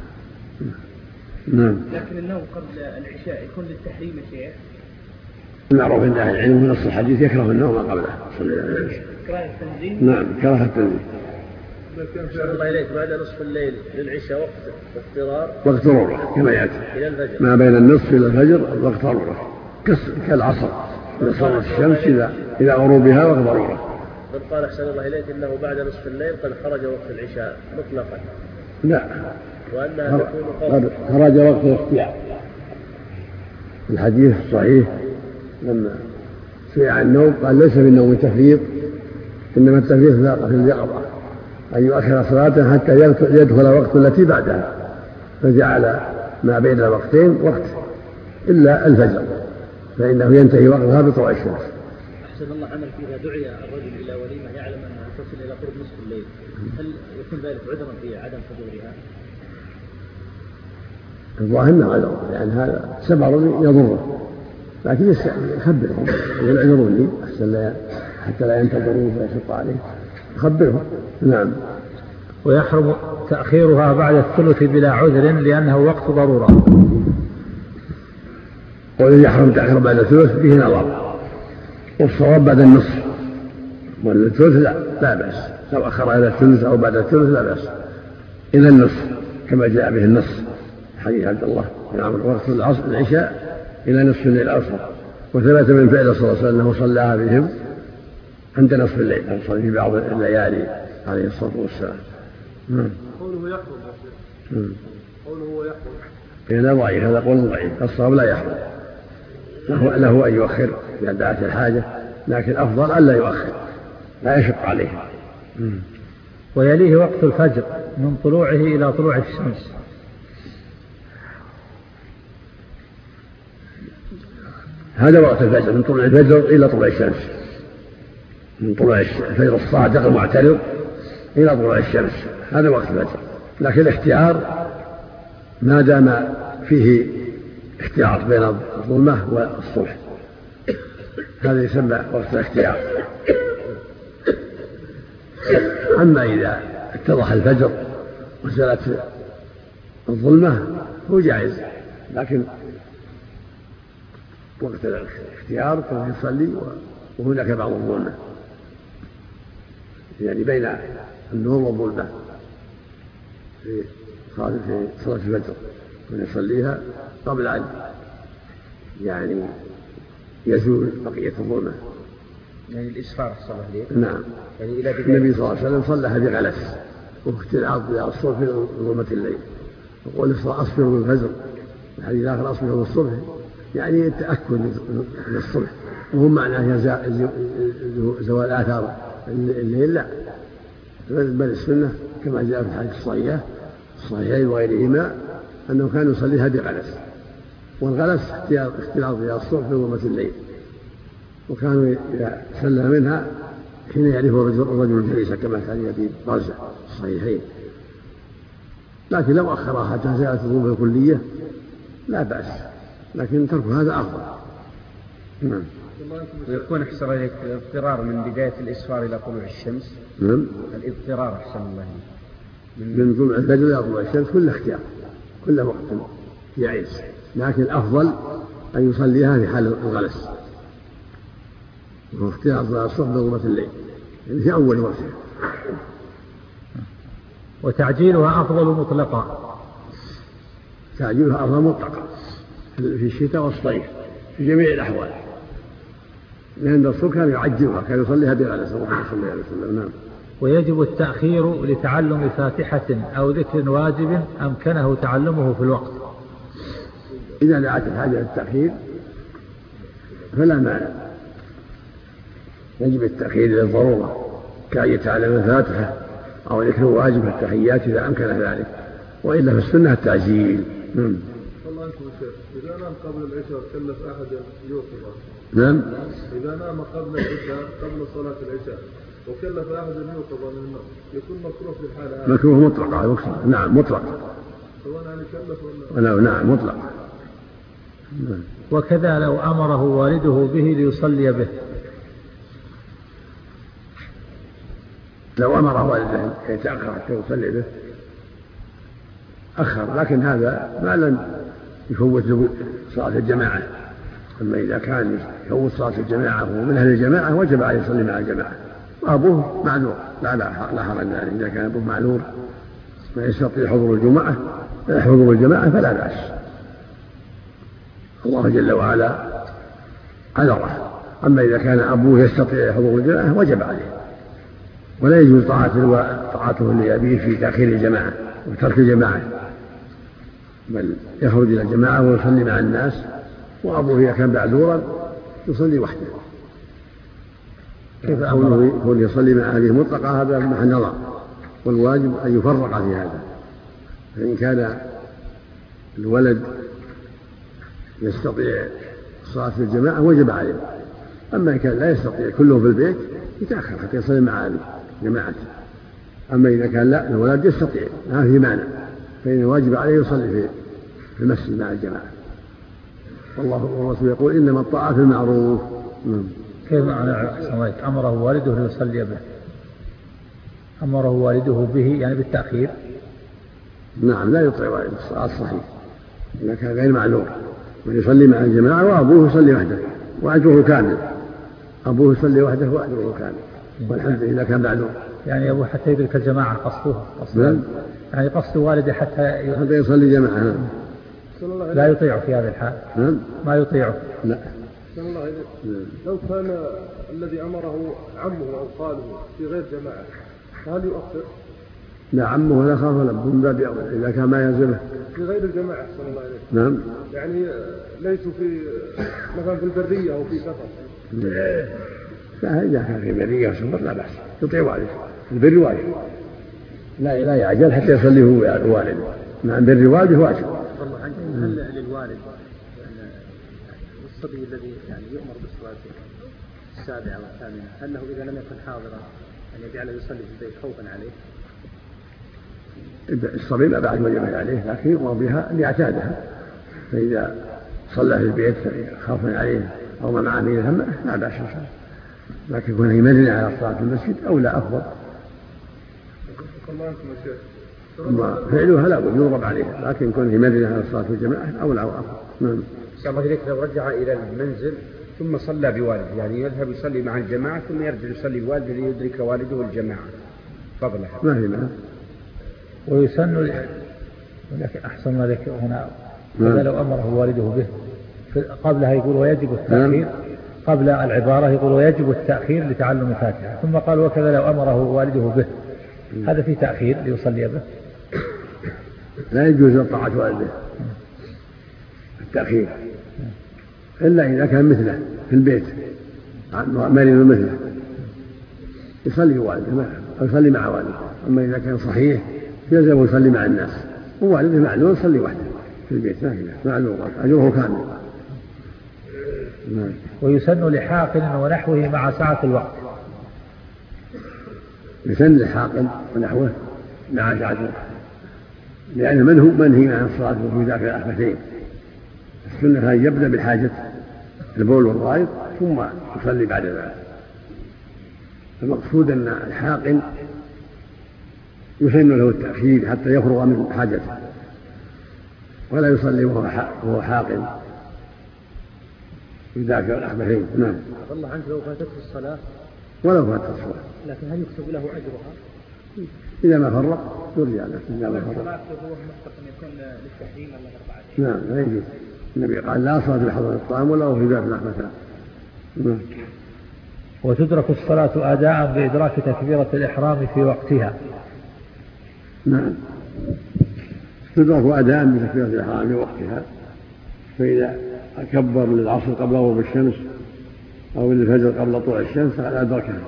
نعم. لكن النوم قبل العشاء يكون للتحريم يا شيخ؟ المعروف عند أهل العلم من نص الحديث يكره النوم قبله. كراهة التنزيل. نعم، كراهة التنزيل. الله إليك بعد نصف الليل للعشاء وقت اضطرار، وقت ضرورة كما يأتي إلى الفجر، ما بين النصف إلى الفجر وقت ضرورة كالعصر إذا صارت الشمس إلى غروبها وقت ضرورة. قد قال أحسن الله إليك إنه بعد نصف الليل قد خرج وقت العشاء مطلقا. لا، وأنها تكون خرج وقت الاختيار. الحديث الصحيح لما سئل عن النوم قال ليس بالنوم تفريط، إنما التفريط في اليقظة، أن يؤخر صلاته حتى يدخل وقت التي بعدها، فجعل ما بين الوقتين وقت إلا الفجر فإنه ينتهي وقتها بطلوع الشمس. أحسن الله عمل فيها دعي الرجل إلى وليمة يعلم أنها تصل إلى قرب نصف الليل، هل يكون ذلك عذرا في عدم حضورها؟ الظاهر أنه عذر، لأن هذا سبب يضره، لكن يخبرهم يقول اعذروني أحسن حتى لا ينتظروا فيشق عليه، يخبرهم. نعم. ويحرم تأخيرها بعد الثلث بلا عذر لأنه وقت ضرورة. ويحرم تأخير بعد الثلث به نظر، والصواب بعد النصف، والثلث لا بأس، لو أخر إلى الثلث أو بعد الثلث لا بأس، إلى النصف كما جاء به النص حديث عبد الله بن عمرو وقت العشاء إلى نصف الليل الأوسط، وثبت من فعل صلى الله عليه وسلم أنه صلى بهم عند نصف الليل، صلى في بعض الليالي عليه الصلاة والسلام. قوله يحرم قوله يحرم لا ضعيف، هذا قول ضعيف. الصواب لا يحرم، له أن يؤخر إذا دعت الحاجة، لكن أفضل ألا يؤخر، لا يشق عليه. ويليه وقت الفجر من طلوعه إلى طلوع الشمس. هذا وقت الفجر، من طلوع الفجر إلى طلوع الشمس، من طلوع الفجر الصادق المعترض إلى طلوع الشمس، هذا وقت الفجر. لكن الاختيار ما دام فيه اختيار بين الظلمة والصبح، هذا يسمى وقت الاختيار. أما إذا اتضح الفجر وزالت الظلمة هو جائز، لكن وقت الاختيار كان يصلي وهناك بعض الظلمة، يعني بين النور والظلمة في صلاة الفجر، ونصليها قبل أن يعني يزول بقية الظلمة. يعني الإسفار صلى الله عليه. نعم. يعني إلى النبي صلى الله عليه وسلم صلىها بغلس واختلاط بالصبح في ظلمة الليل، وقول أصبر بالفجر، الحديث الآخر أصبر بالصبح، يعني التأكد من الصبح، وهم معناه زوال آثار الليل، لا، بل السنة كما جاء في الحديث الصحيحين وغيرهما أنه كان يصليها بغلس، والغلس اختلاط بها الصبح في ظلمة الليل، وكانوا إذا سلم منها حين يعرف الرجل الجليس كما كان في برزة الصحيحين. لكن لو أخرها حتى زالت الظلمة الكلية لا بأس، لكن ترك هذا أفضل. نعم. ويكون أحسن عليك الاضطرار من بداية الإسفار إلى طلوع الشمس. نعم. الاضطرار أحسن الله من طلوع الفجر إلى طلوع الشمس كل اختيار، كل وقت جائز، لكن الأفضل أن يصليها في حال الغلس، واختيار صلاة الصبح بظلمة الليل، يعني في أول وقتها. وتعجيلها أفضل مطلقا. تعجيلها أفضل مطلقا في الشتاء والصيف في جميع الأحوال، لأن الرسول كان يعجلها، كان يصليها بغلس صلى الله عليه وسلم. نعم. ويجب التأخير لتعلم فاتحة أو ذكر واجب أمكنه تعلمه في الوقت. إذا دعت الحاجة للتأخير فلا مانع، يجب التأخير للضرورة، كأن يتعلم الفاتحة أو ذكر واجب التحيات إذا أمكن ذلك، وإلا في السنة التعجيل. الله عنكم شيخ، إذا نام قبل العشاء كلف أحد يوقظه. نعم. إذا نام قبل العشاء قبل صلاة العشاء وكلف أحد يوقظ من النوم يكون مكروه في الحالة هذه. مكروه مطلقة. نعم مطلقة. سواء يعني كلف ولا. نعم مطلقة. وكذا لو أمره والده به ليصلي به. لو أمر والده يتأخر حتى يصلي به أخر، لكن هذا ما لم يفوت صلاة الجماعة. أما إذا كان يفوت صلاة الجماعة وهو من أهل الجماعة وجب عليه يصلي مع الجماعة، وأبوه معذور لا حرج عليه. إذا كان أبوه معذور ما يستطيع حضور الجماعة فلا بأس، الله جل وعلا عذره. أما إذا كان أبوه يستطيع حضور الجماعة وجب عليه، ولا يجوز طاعته لأبيه في تأخير الجماعة وترك الجماعة، بل يخرج إلى الجماعة ويصلي مع الناس، وأبوه إذا كان معذورا يصلي وحده. كيف كونه يصلي مع أهله مطلقة هذا محل نظر، والواجب أن يفرق في هذا. فإن كان الولد يستطيع صلاة الجماعة وجب عليه، أما إن كان لا يستطيع كله في البيت يتأخر حتى يصلي مع أهله جماعته. أما إذا كان لا الولد يستطيع ما في مانع، فإن واجب عليه يصلي في المسجد مع الجماعة. والله والرسول يقول إنما الطاعة في المعروف. كيف أمره والده ليصلي به؟ أمره والده به يعني بالتأخير. نعم لا يطيع والده الصلاة الصحيح إذا كان غير معذور، ويصلي مع الجماعة وأبوه يصلي وحده وأجره كامل. أبوه يصلي وحده وأجره كامل، والحمد لله كان معذور. يعني أبوه حتى يدرك الجماعة قصده يعني قصد والده حتى يصلي جماعة. لا يطيع في هذا الحال. ما يطيعه. لا أحسن الله إليك. لو كان الذي أمره عمه أو خاله في غير جماعة فهل يؤخر؟ لا، عمه لا خاف له من باب أولى إذا كان ما يلزمه في غير الجماعة أحسن الله إليك. نعم، يعني ليسوا في مثلا في البرية أو في سفر. لا، إذا كان في برية وسفر لا بأس، يطيع والده، البر واجب، لا يعجل حتى يصلي هو والده، مع بر والده واجب. هل للوالد الصبي الذي يعني يؤمر بالصلاة السابعة والثامنة هل له إذا لم يكن حاضرا أن يجعله يصلي في البيت خوفا عليه؟ الصبي ما بعد وجب عليه، لكن يؤمر بها ليعتادها، فإذا صلى في البيت خوفا عليه أو ما معه من الهم لا بأس، لكن يكون يمرن على الصلاة في المسجد أولى أفضل. أما فعلها لا بد يضرب عليه، لكن يكون يمرن على الصلاة في الجماعة أولى وأفضل. نعم. الله إليك لو رجع إلى المنزل ثم صلى بوالده، يعني يذهب يصلي مع الجماعة ثم يرجع يصلي بوالده ليدرك والده الجماعة فضلها. ما هي معه. ويسن ولكن أحسن ما ذكر هنا هذا لو أمره والده به قبلها يقول ويجب التأخير، قبل العبارة يقول ويجب التأخير لتعلم الفاتحة، ثم قال وكذا لو أمره والده به، هذا في تأخير ليصلي به. لا يجوز طاعة والده التأخير إلا إذا كان مثله في البيت مريض مثله يصلي والده أو يصلي مع والده. أما إذا كان صحيح يلزم يصلي مع الناس، ووالده معلوم يصلي وحده في البيت معلوم أجره كامل. ويسن لحاقن ونحوه مع ساعة الوقت. يسن لحاقن ونحوه مع ساعة الوقت، لأن منهي عن الصلاة في ذاك الأخفتين. السنة أن يبدأ بالحاجة البول والغائط ثم يصلي بعد ذلك. المقصود أن الحاقن يسن له التأخير حتى يفرغ من حاجته، ولا يصلي وهو حاقن في ذاك الأخفتين. نعم. الله عنك لو فاتته الصلاة ولو فاتت الصلاة، لكن هل يكتب له أجرها؟ إذا ما فرق يرجع له. إذا ما فرق هو مستحق أن يكون للتحريم الله يرضى عليه. نعم لا يجوز. النبي قال لا صلاة بحضر الطعام ولا في ذات الأخفتان. نعم. وتدرك الصلاة أداء بإدراك تكبيرة الإحرام في وقتها. نعم، تدرك أداء بتكبيرة الإحرام في وقتها، فإذا كبر للعصر قبل غروب الشمس أو للفجر قبل طلوع الشمس فقد أدركها،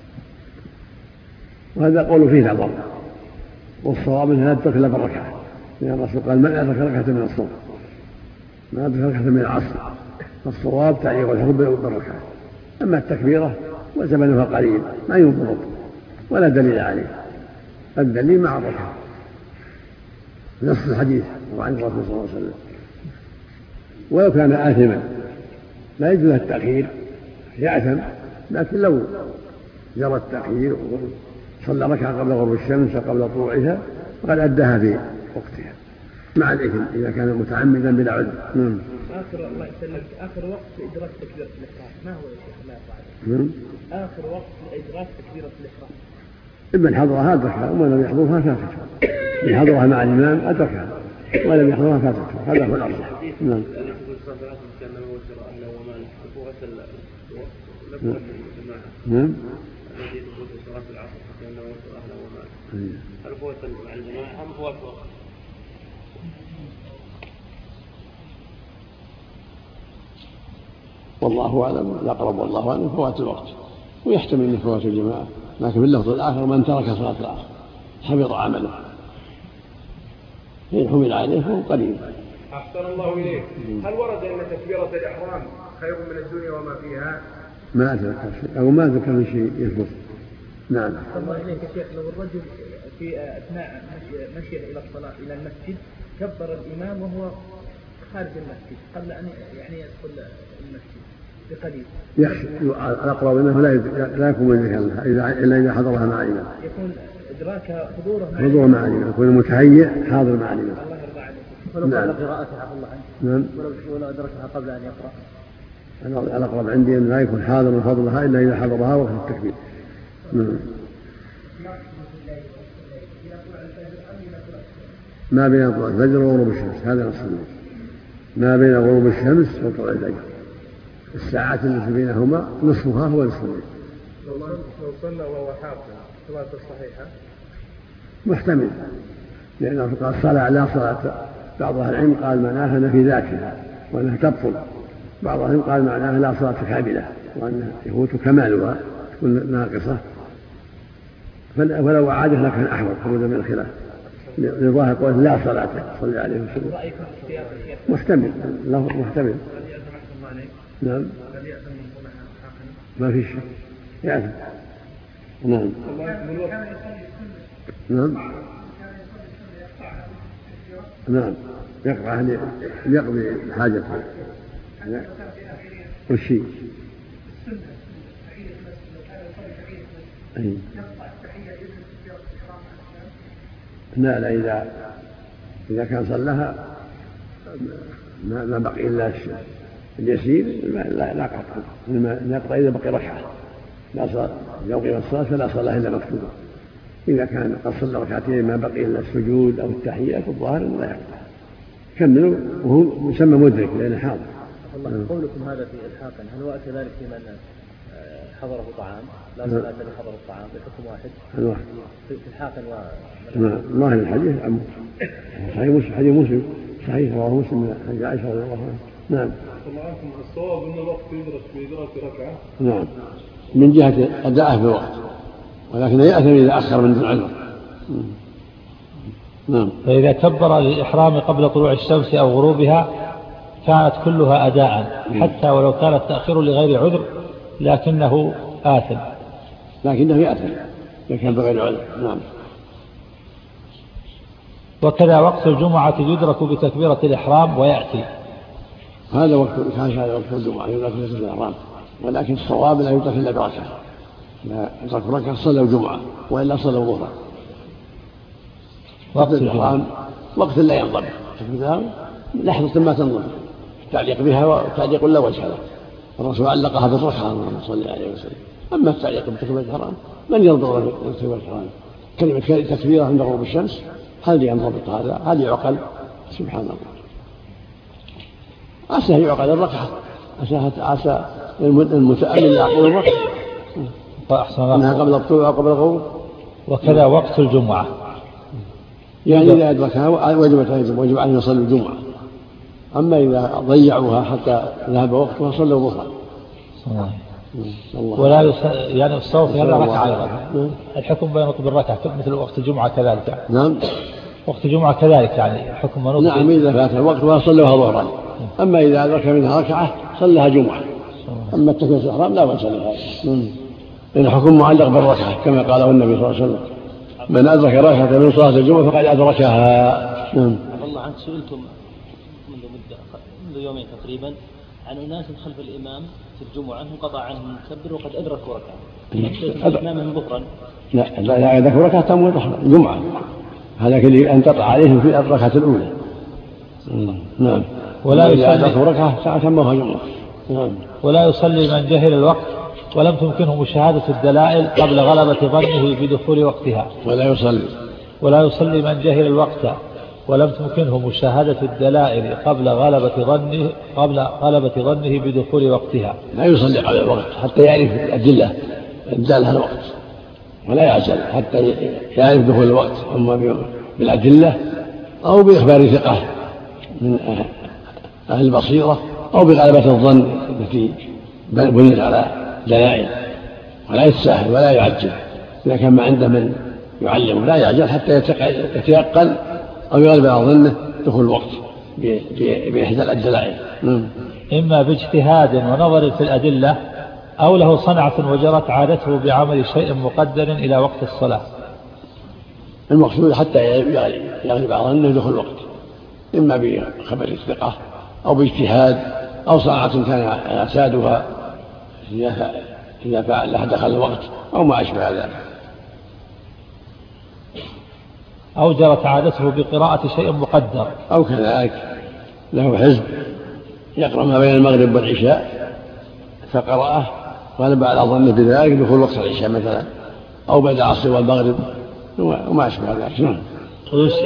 وهذا قول فيه نظر، والصواب أنها لا تدرك إلا بالركعة، لأن الرسول قال من أدرك ركعة من الصبح ما أدرك ركعة من العصر، فالصواب تعليق الحكم بالركعة. أما التكبيرة وزمنها قليل ما ينضبط ولا دليل عليه، الدليل مع الركعة نص الحديث وعن الرسول صلى الله عليه وسلم. ولو كان آثما لا يجوز التأخير يأثم، لكن لو جرى التأخير وصلى ركعة قبل غروب الشمس وقبل طلوعها فقد أداها في وقتها مع الإثم إذا كان متعمدا بلا عذر. آخر الله يسلمك آخر وقت لإدراك تكبيرة الإحرام ما هو يا شيخ الله يرضى عليك؟ آخر وقت لإدراك تكبيرة الإحرام إما حضرها أدركها وما لم يحضرها فاتتها، إن حضرها مع الإمام أدركها ولم يحضرها فاتتها، هذا هو الأرجح. نعم. نعم. الذي يقول في صلاة العصر كأنه وصل أهله وماله، هل فوت مع الجماعة أم فوت وقت؟ والله أعلم، الأقرب والله أعلم فوات الوقت، ويحتمل أن فوات الجماعة، لكن في اللفظ الآخر من ترك صلاة العصر حبط عمله، إن حمل عليه فهو قليل. أحسن الله إليك. هل ورد أن تكبيرة الإحرام خير من الدنيا وما فيها؟ ما أتذكر شيء أو ما ذكر شيء يثبت. نعم. أحسن الله إليك يا شيخ، لو الرجل في أثناء مشيه إلى الصلاة إلى المسجد كبر الإمام وهو خارج المسجد قبل أن يعني يدخل المسجد بقليل، الأقرب أنه لا يكون مدركا لها إلا إذا حضرها مع الإمام، يكون إدراك حضوره مع الإمام، يكون متهيئ حاضر مع الإمام. الله يرضى عليك. ولو قبل قراءته عفى الله عنه. نعم. ولو أدركها قبل أن يقرأ. أنا الأقرب عندي أن لا يكون حاضر من فضلها إلا إذا حضرها وقت التكبير. نعم. ما بين طلوع الفجر وغروب الشمس، هذا نص النص، ما بين غروب الشمس وطلوع الفجر، الساعات التي بينهما نصفها هو نصف الليل. لو صلى وهو حاضر صلاة صحيحة محتمل، لأنه قال صلاة لا صلاة. بعض أهل العلم قال معناها أنها في ذاتها وأنها تبطل، بعض أهل العلم قال معناها لا صلاة كاملة وأنها يفوت كمالها تكون ناقصة، فلو أعاده لكان أحوط خروجا من الخلاف لظاهر قول لا صلاة صلى عليه وسلم. محتمل له محتمل. نعم ما في شيء يعلم. نعم نعم نعم يقرأ يقضي حاجته والشيء لا إذا كان صلىها ما بقي إلا اليسير لا قطع، يقطع إذا بقي ركعة لا صلاة. لو قيم الصلاة فلا صلاة إلا مكتوبة. إذا كان قد صلى ركعتين ما بقي إلا السجود أو التحيات الظاهر لا يقطع، كملوا وهو يسمى مدرك لأنه حاضر. الله قولكم هذا في إلحاقا هل وقت ذلك في من حضره طعام لا صلاة لمن حضر الطعام بحكم واحد في إلحاقا الله الحديث حديث مسلم صحيح رواه مسلم من حديث عائشة رضي الله عنها. نعم الصواب أن الوقت يدرك بإدراك ركعة. نعم من جهة أداءه في الوقت، ولكن يأثم إذا أخر من دون عذر. نعم. فإذا كبر للإحرام قبل طلوع الشمس أو غروبها كانت كلها أداء حتى ولو كان التأخير لغير عذر لكنه آثم. لكنه يأثم لكن بغير عذر. نعم. وكذا وقت الجمعة يدرك بتكبيرة الإحرام ويأتي. هذا وقت الجمعة يدرك بتكبيرة الإحرام، ولكن الصواب لا يدرك إلا بركعة. لا يدرك ركعة صلوا الجمعة وإلا صلوا ظهرا. وقت الإحرام وقت لا ينضبط، لحظة ما تنضبط التعليق بها والتعليق لا وجه له. الرسول علقها بالركعة صلى الله عليه وسلم. أما التعليق بتكبيرة الإحرام من ينضبط بتكبيرة الإحرام؟ كلمة تكبيرة عند غروب الشمس هل ينضبط هذا؟ هل يعقل؟ سبحان الله. عسى يعقل الركعة، عسى المتأمل يعقل الركعة أنها قبل الطلوع وقبل الغروب. وكذا وقت الجمعة يعني إذا أدركها وجب عليهم يصلوا الجمعة. أما إذا ضيعوها حتى ذهب وقتها صلوا ظهرا. ولا يعني الصوت هذا ركعة أيضا. الحكم بين نطب الركعة مثل وقت الجمعة كذلك. نعم وقت الجمعة كذلك يعني حكم منوط. نعم إذا فات الوقت وصلوها ظهرا. أما إذا أدرك منها ركعة صلىها جمعة. أما تكبيرة الإحرام لا بأس لها، لأن الحكم معلق بالركعة كما قاله النبي صلى الله عليه وسلم من أدرك ركعة من صلاة الجمعة فقد أدركها. والله عنك سئلتم منذ يومين تقريبا عن أناس خلف الإمام في الجمعة انقطع عنهم المكبر وقد أدركوا ركعة الإمام ظهرا. لا أدركوا ركعة تم جمعة، هذا اللي انقطع عليهم في الركعة الأولى. نعم. ولا يصلي ركعة ساعة تمها جمعة. نعم. ولا يصلي من جهل الوقت ولم تمكنه مشاهدة الدلائل قبل غلبة ظنه بدخول وقتها. ولا يصلي من جهل الوقت ولم تمكنه مشاهدة الدلائل قبل غلبة ظنه بدخول وقتها. لا يصلي قبل الوقت حتى يعرف الأدلة الدالة على الوقت، ولا يعجل حتى يعرف دخول الوقت، أما بالأدلة أو بإخبار ثقة من أهل البصيرة أو بغلبة الظن التي بنيت على دلائل، ولا يتساهل ولا يعجل. إذا كان ما عنده من يعلمه لا يعجل حتى يتيقن أو يغلب على ظنه دخول الوقت بإحدى الدلائل. إما باجتهاد ونظر في الأدلة أو له صنعة وجرت عادته بعمل شيء مقدر إلى وقت الصلاة. المقصود حتى يغلب على ظنه دخول الوقت، إما بخبر الثقة أو باجتهاد أو صنعة كان اعتادها إذا فعلها دخل الوقت أو ما أشبه ذلك، أو جرت عادته بقراءة شيء مقدر، أو كذلك له حزب يقرأ ما بين المغرب والعشاء فقرأه غلب على ظنه بذلك دخول وقت العشاء مثلا، أو بعد العصر والمغرب وما أشبه ذلك.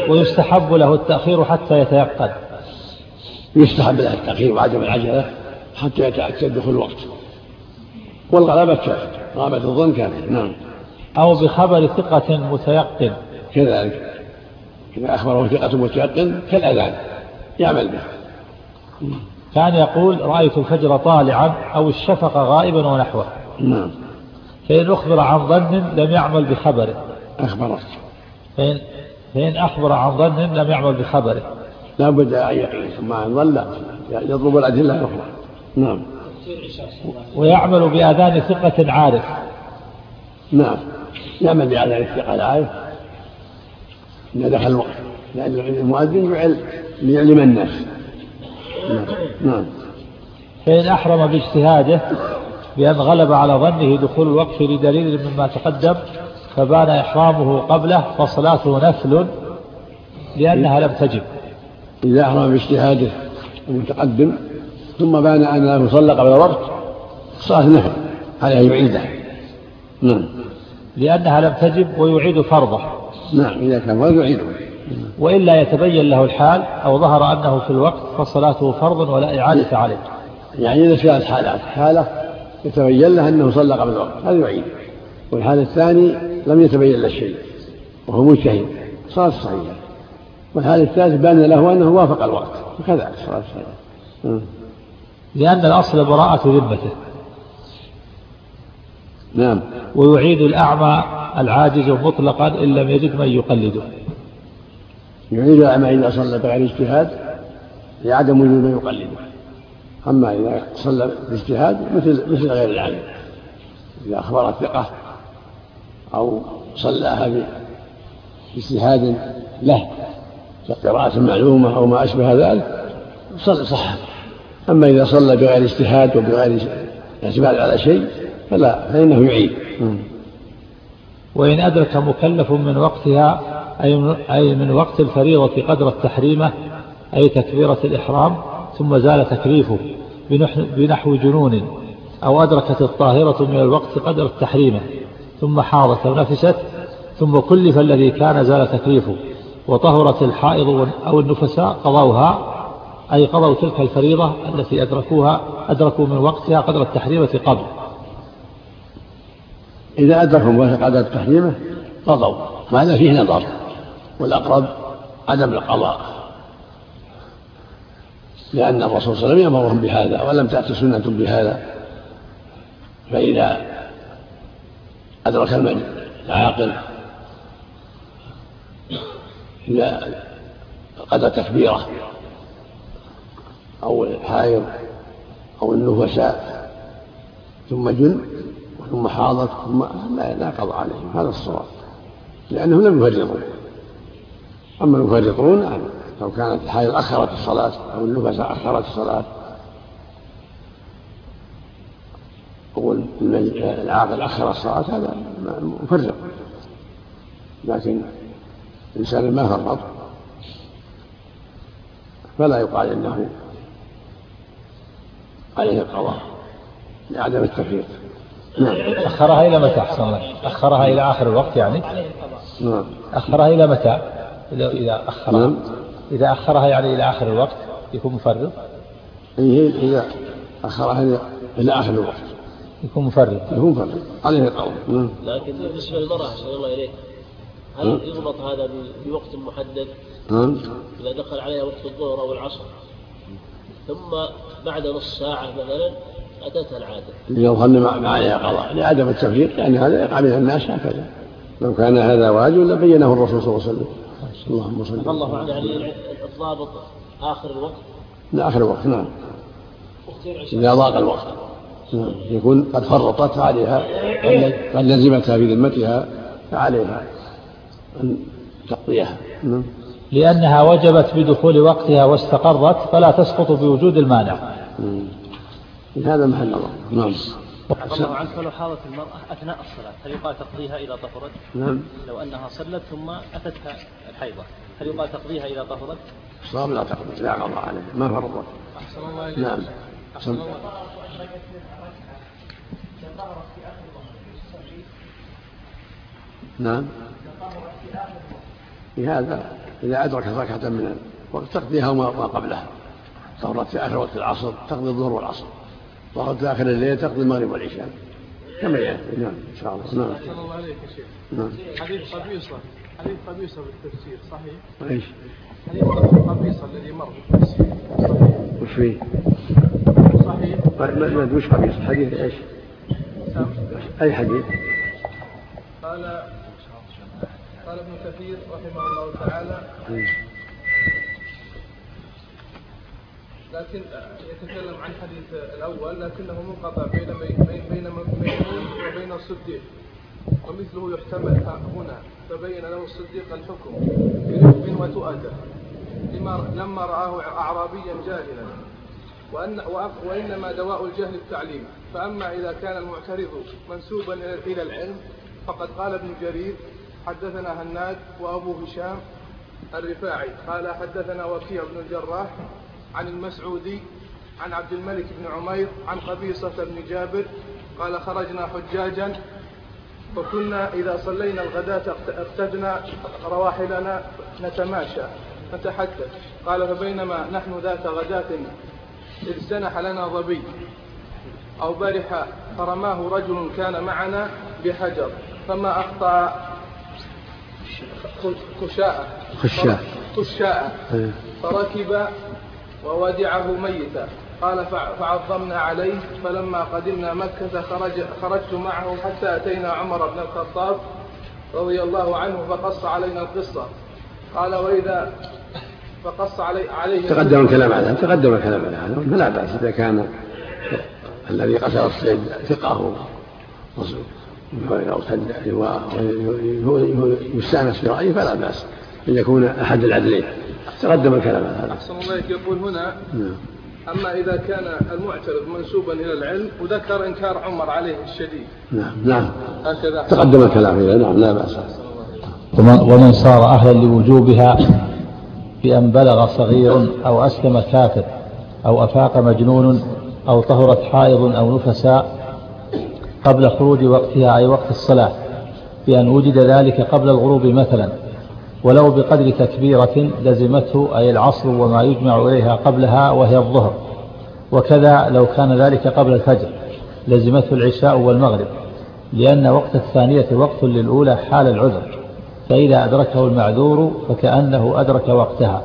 ويستحب له التأخير حتى يتيقن. يستحب له التأخير وعدم العجلة حتى يتأكد دخول الوقت، والغلبة كافية، غلبة الظن كافية. نعم. أو بخبر ثقة متيقن كذلك، إذا أخبره ثقة متيقن كالأذان يعمل به. كان يقول رأيت الفجر طالعا أو الشفق غائبا ونحوه. نعم. فإن أخبر عن ظن لم يعمل بخبره. أخبرك. فإن أخبر عن ظن لم يعمل بخبره. لا بد أن يقين، ثم عن ظن لا يطلب الأدلة الأخرى. نعم. ويعمل بأذان ثقة عارف. نعم، يعمل بأذان الثقة العارف إذا دخل الوقت، لأن المؤذن ليعلم الناس. نعم. فإن أحرم باجتهاده بأن غلب على ظنه دخول الوقت لدليل مما تقدم فبان إحرامه قبله فصلاته نفل لأنها لم تجب. إذا أحرم باجتهاده المتقدم ثم بان أنه صلى قبل الوقت صلاة نفل عليه يعيدها. نعم. لأنها لم تجب ويعيد فرضه. نعم، إذا كان فرض يعيده. وإلا يتبين له الحال أو ظهر أنه في الوقت فصلاته فرض ولا إعادة عليه. يعني إذا كانت حالات، حالة يتبين له أنه صلى قبل الوقت هذا يعيد، والحالة الثاني لم يتبين له شيء وهو مجتهد صلاة صحيحة، والحالة الثالث بان له أنه وافق الوقت وكذلك صلاة صحيحة. لأن الأصل براءة ذمته. نعم. ويعيد الأعمى العاجز مطلقا إن لم يجد من يقلده. يعيد الأعمى إذا صلى بغير اجتهاد لعدم وجود من يقلده. أما إذا صلى باجتهاد مثل غير العالم، إذا أخبر الثقة أو صلىها باجتهاد له كقراءة معلومة أو ما أشبه ذلك صح. أما إذا صلى بغير اجتهاد وبغير اعتماد على شيء فإنه يعيد. وإن أدرك مكلف من وقتها أي من وقت الفريضة قدر التحريمة أي تكبيرة الإحرام ثم زال تكليفه بنحو جنون، أو أدركت الطاهرة من الوقت قدر التحريمة ثم حاضت ونفست ثم كلف الذي كان زال تكليفه، وطهرت الحائض أو النفساء قضوها أي قضوا تلك الفريضة التي أدركوا من وقتها قدر التحريمة قبل. إذا أدركوا قدر التحريمة قضوا، وهذا فيه نظر، والأقرب عدم القضاء، لأن الرسول صلى الله عليه وسلم يأمرهم بهذا ولم تأت سنة بهذا. فإذا أدرك العاقل إذا قدر تكبيرة أو الحائض أو النفساء ثم جن ثم حاضت ثم لا قضاء عليهم، هذا الصواب، لأنهم لم يفرطوا. أما المفرطون لو كانت الحائض أخرت الصلاة أو النفساء أخرت الصلاة أو العاقل أخر الصلاة هذا مفرط، لكن الإنسان ما فرط فلا يقال إنه عليه القضاء لعدم التفريط. أخرها إلى متى؟ أحسن الله، أخرها إلى آخر الوقت يعني. نعم. أخرها إلى متى؟ إذا أخرها. نعم. إذا أخرها يعني إلى آخر الوقت يكون مفرط. إذا أخرها إلى آخر الوقت يكون مفرط. يكون مفرط عليه القضاء. نعم. لكن بالنسبة للمرأة أحسن الله إليك، هل يضبط هذا بوقت محدد؟ نعم. إذا دخل عليها وقت الظهر أو العصر ثم بعد نص ساعة مثلا أتتها العادة يظن ما عليها قضاء لعدم التفريط، لأن هذا يقع من الناس هكذا. لو كان هذا واجب لبينه الرسول صلى الله عليه وسلم. اللهم صل الله عنه. يعني الضابط آخر الوقت. لا آخر الوقت. نعم. إذا ضاق الوقت نعم. يكون قد فرطت عليها قد لزمتها في ذمتها فعليها أن تقضيها. نعم. لأنها وجبت بدخول وقتها واستقرت فلا تسقط بوجود المانع. هذا محل نظر. نعم. الله عنك، لو حاضت المرأة أثناء الصلاة هل يقال تقضيها إذا طهرت؟ نعم. لو أنها صلت ثم أتتها الحيضة هل يقال تقضيها إذا طهرت؟ صار لا تقضي، لا قضاء عليه، ما فرضت. نعم. نعم. لهذا إذا أدركت ركعة من الوقت تقضيها وما قبلها. طهرت في آخر وقت العصر تقضي الظهر والعصر. وقت آخر الليل تقضي المغرب والعشاء كما يأتي. نعم إن شاء الله. نعم. أحسن الله عليك يا شيخ. نعم. حديث قبيصة بالتفسير صحيح؟ إيش؟ حديث قبيصة الذي مر بالتفسير صحيح؟ وش فيه؟ صحيح؟ ما وش قبيصة؟ حديث إيش؟ أي حديث؟ قال ابن كثير رحمه الله تعالى لكن يتكلم عن حديث الأول لكنه منقطع بين ميمون وبين الصديق، ومثله يحتمل هنا، فبين له الصديق الحكم برفق وتؤدى لما رآه أعرابيا جاهلا، وإنما دواء الجهل التعليم. فأما إذا كان المعترض منسوبا إلى العلم فقد قال ابن جرير حدثنا هناد وأبو هشام الرفاعي قال حدثنا وكيع بن الجراح عن المسعودي عن عبد الملك بن عمير عن قبيصة بن جابر قال خرجنا حجاجا وكنا إذا صلينا الغداة اقتدنا رواحلنا نتماشى نتحدث. قال فبينما نحن ذات غداة إذ سنح لنا ظبي أو برح فرماه رجل كان معنا بحجر فما أخطأ خشاء فركب وودعه ميتا. قال فعظمنا عليه فلما قدمنا مكة خرجت معه حتى أتينا عمر بن الخطاب رضي الله عنه فقص علينا القصة. قال وإذا فقص عليه تقدم الكلام على هذا فلا بأس إذا كان الذي قتل الصيد ثقه يستأنس برأيه فلا بأس أن يكون أحد العدلين. تقدم الكلام على هذا. أحسن الله يقول هنا أما إذا كان المعترض منسوبا إلى العلم وذكر إنكار عمر عليه الشديد. نعم هكذا تقدم الكلام إليه. نعم لا بأس. ومن صار أهلا لوجوبها بأن بلغ صغير أو أسلم كافر أو أفاق مجنون أو طهرت حائض أو نفساء قبل خروج وقتها أي وقت الصلاة بأن وجد ذلك قبل الغروب مثلا ولو بقدر تكبيرة لزمته أي العصر وما يجمع إليها قبلها وهي الظهر، وكذا لو كان ذلك قبل الفجر لزمته العشاء والمغرب، لأن وقت الثانية وقت للأولى حال العذر، فإذا أدركه المعذور فكأنه أدرك وقتها.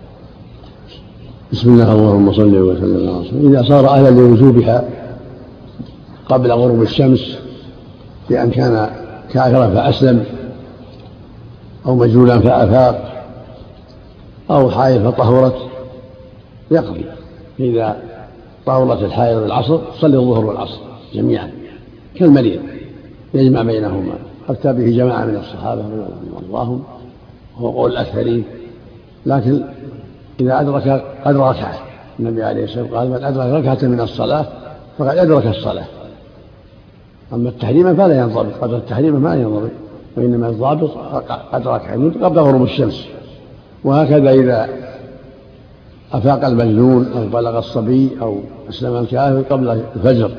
بسم الله اللهم صل وسلم على رسول الله. إذا صار أهلا لوجوبها قبل غروب الشمس بأن كان كافرا فأسلم أو مجنونا فأفاق أو حائض فطهرت يقضي. إذا طهرت الحائض العصر صلي الظهر والعصر جميعا كالمريض يجمع بينهما، أفتى به جماعة من الصحابة رضي الله عنهم وهو قول الأكثرين. لكن إذا أدرك قدر ركعة النبي عليه الصلاة والسلام قال من أدرك ركعة من الصلاة فقد أدرك الصلاة. أما التحريم فلا ينضبط، قدر التحريم ما ينضبط، وإنما الضابط قدر ركعة قبل غروب الشمس. وهكذا إذا أفاق المجنون أو بلغ الصبي أو أسلم الكافر قبل الفجر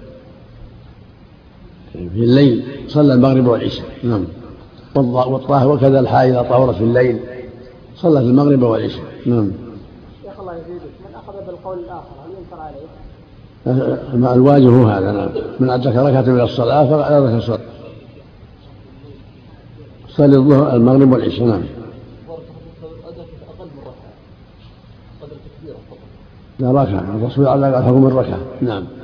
في الليل صلى المغرب والعشاء. نعم. وكذا الحائض طهرت في الليل صلت المغرب والعشاء. نعم. شيخ الله يزيدك، من أخذ بالقول الآخر هل ينكر عليه؟ الواجب هو هذا. نعم. من أدرك ركعة من الصلاة فقد أدرك الصلاة. صلي الظهر المغرب والعشاء. نعم. لا ركعة الرسول على حكم الركعة. نعم.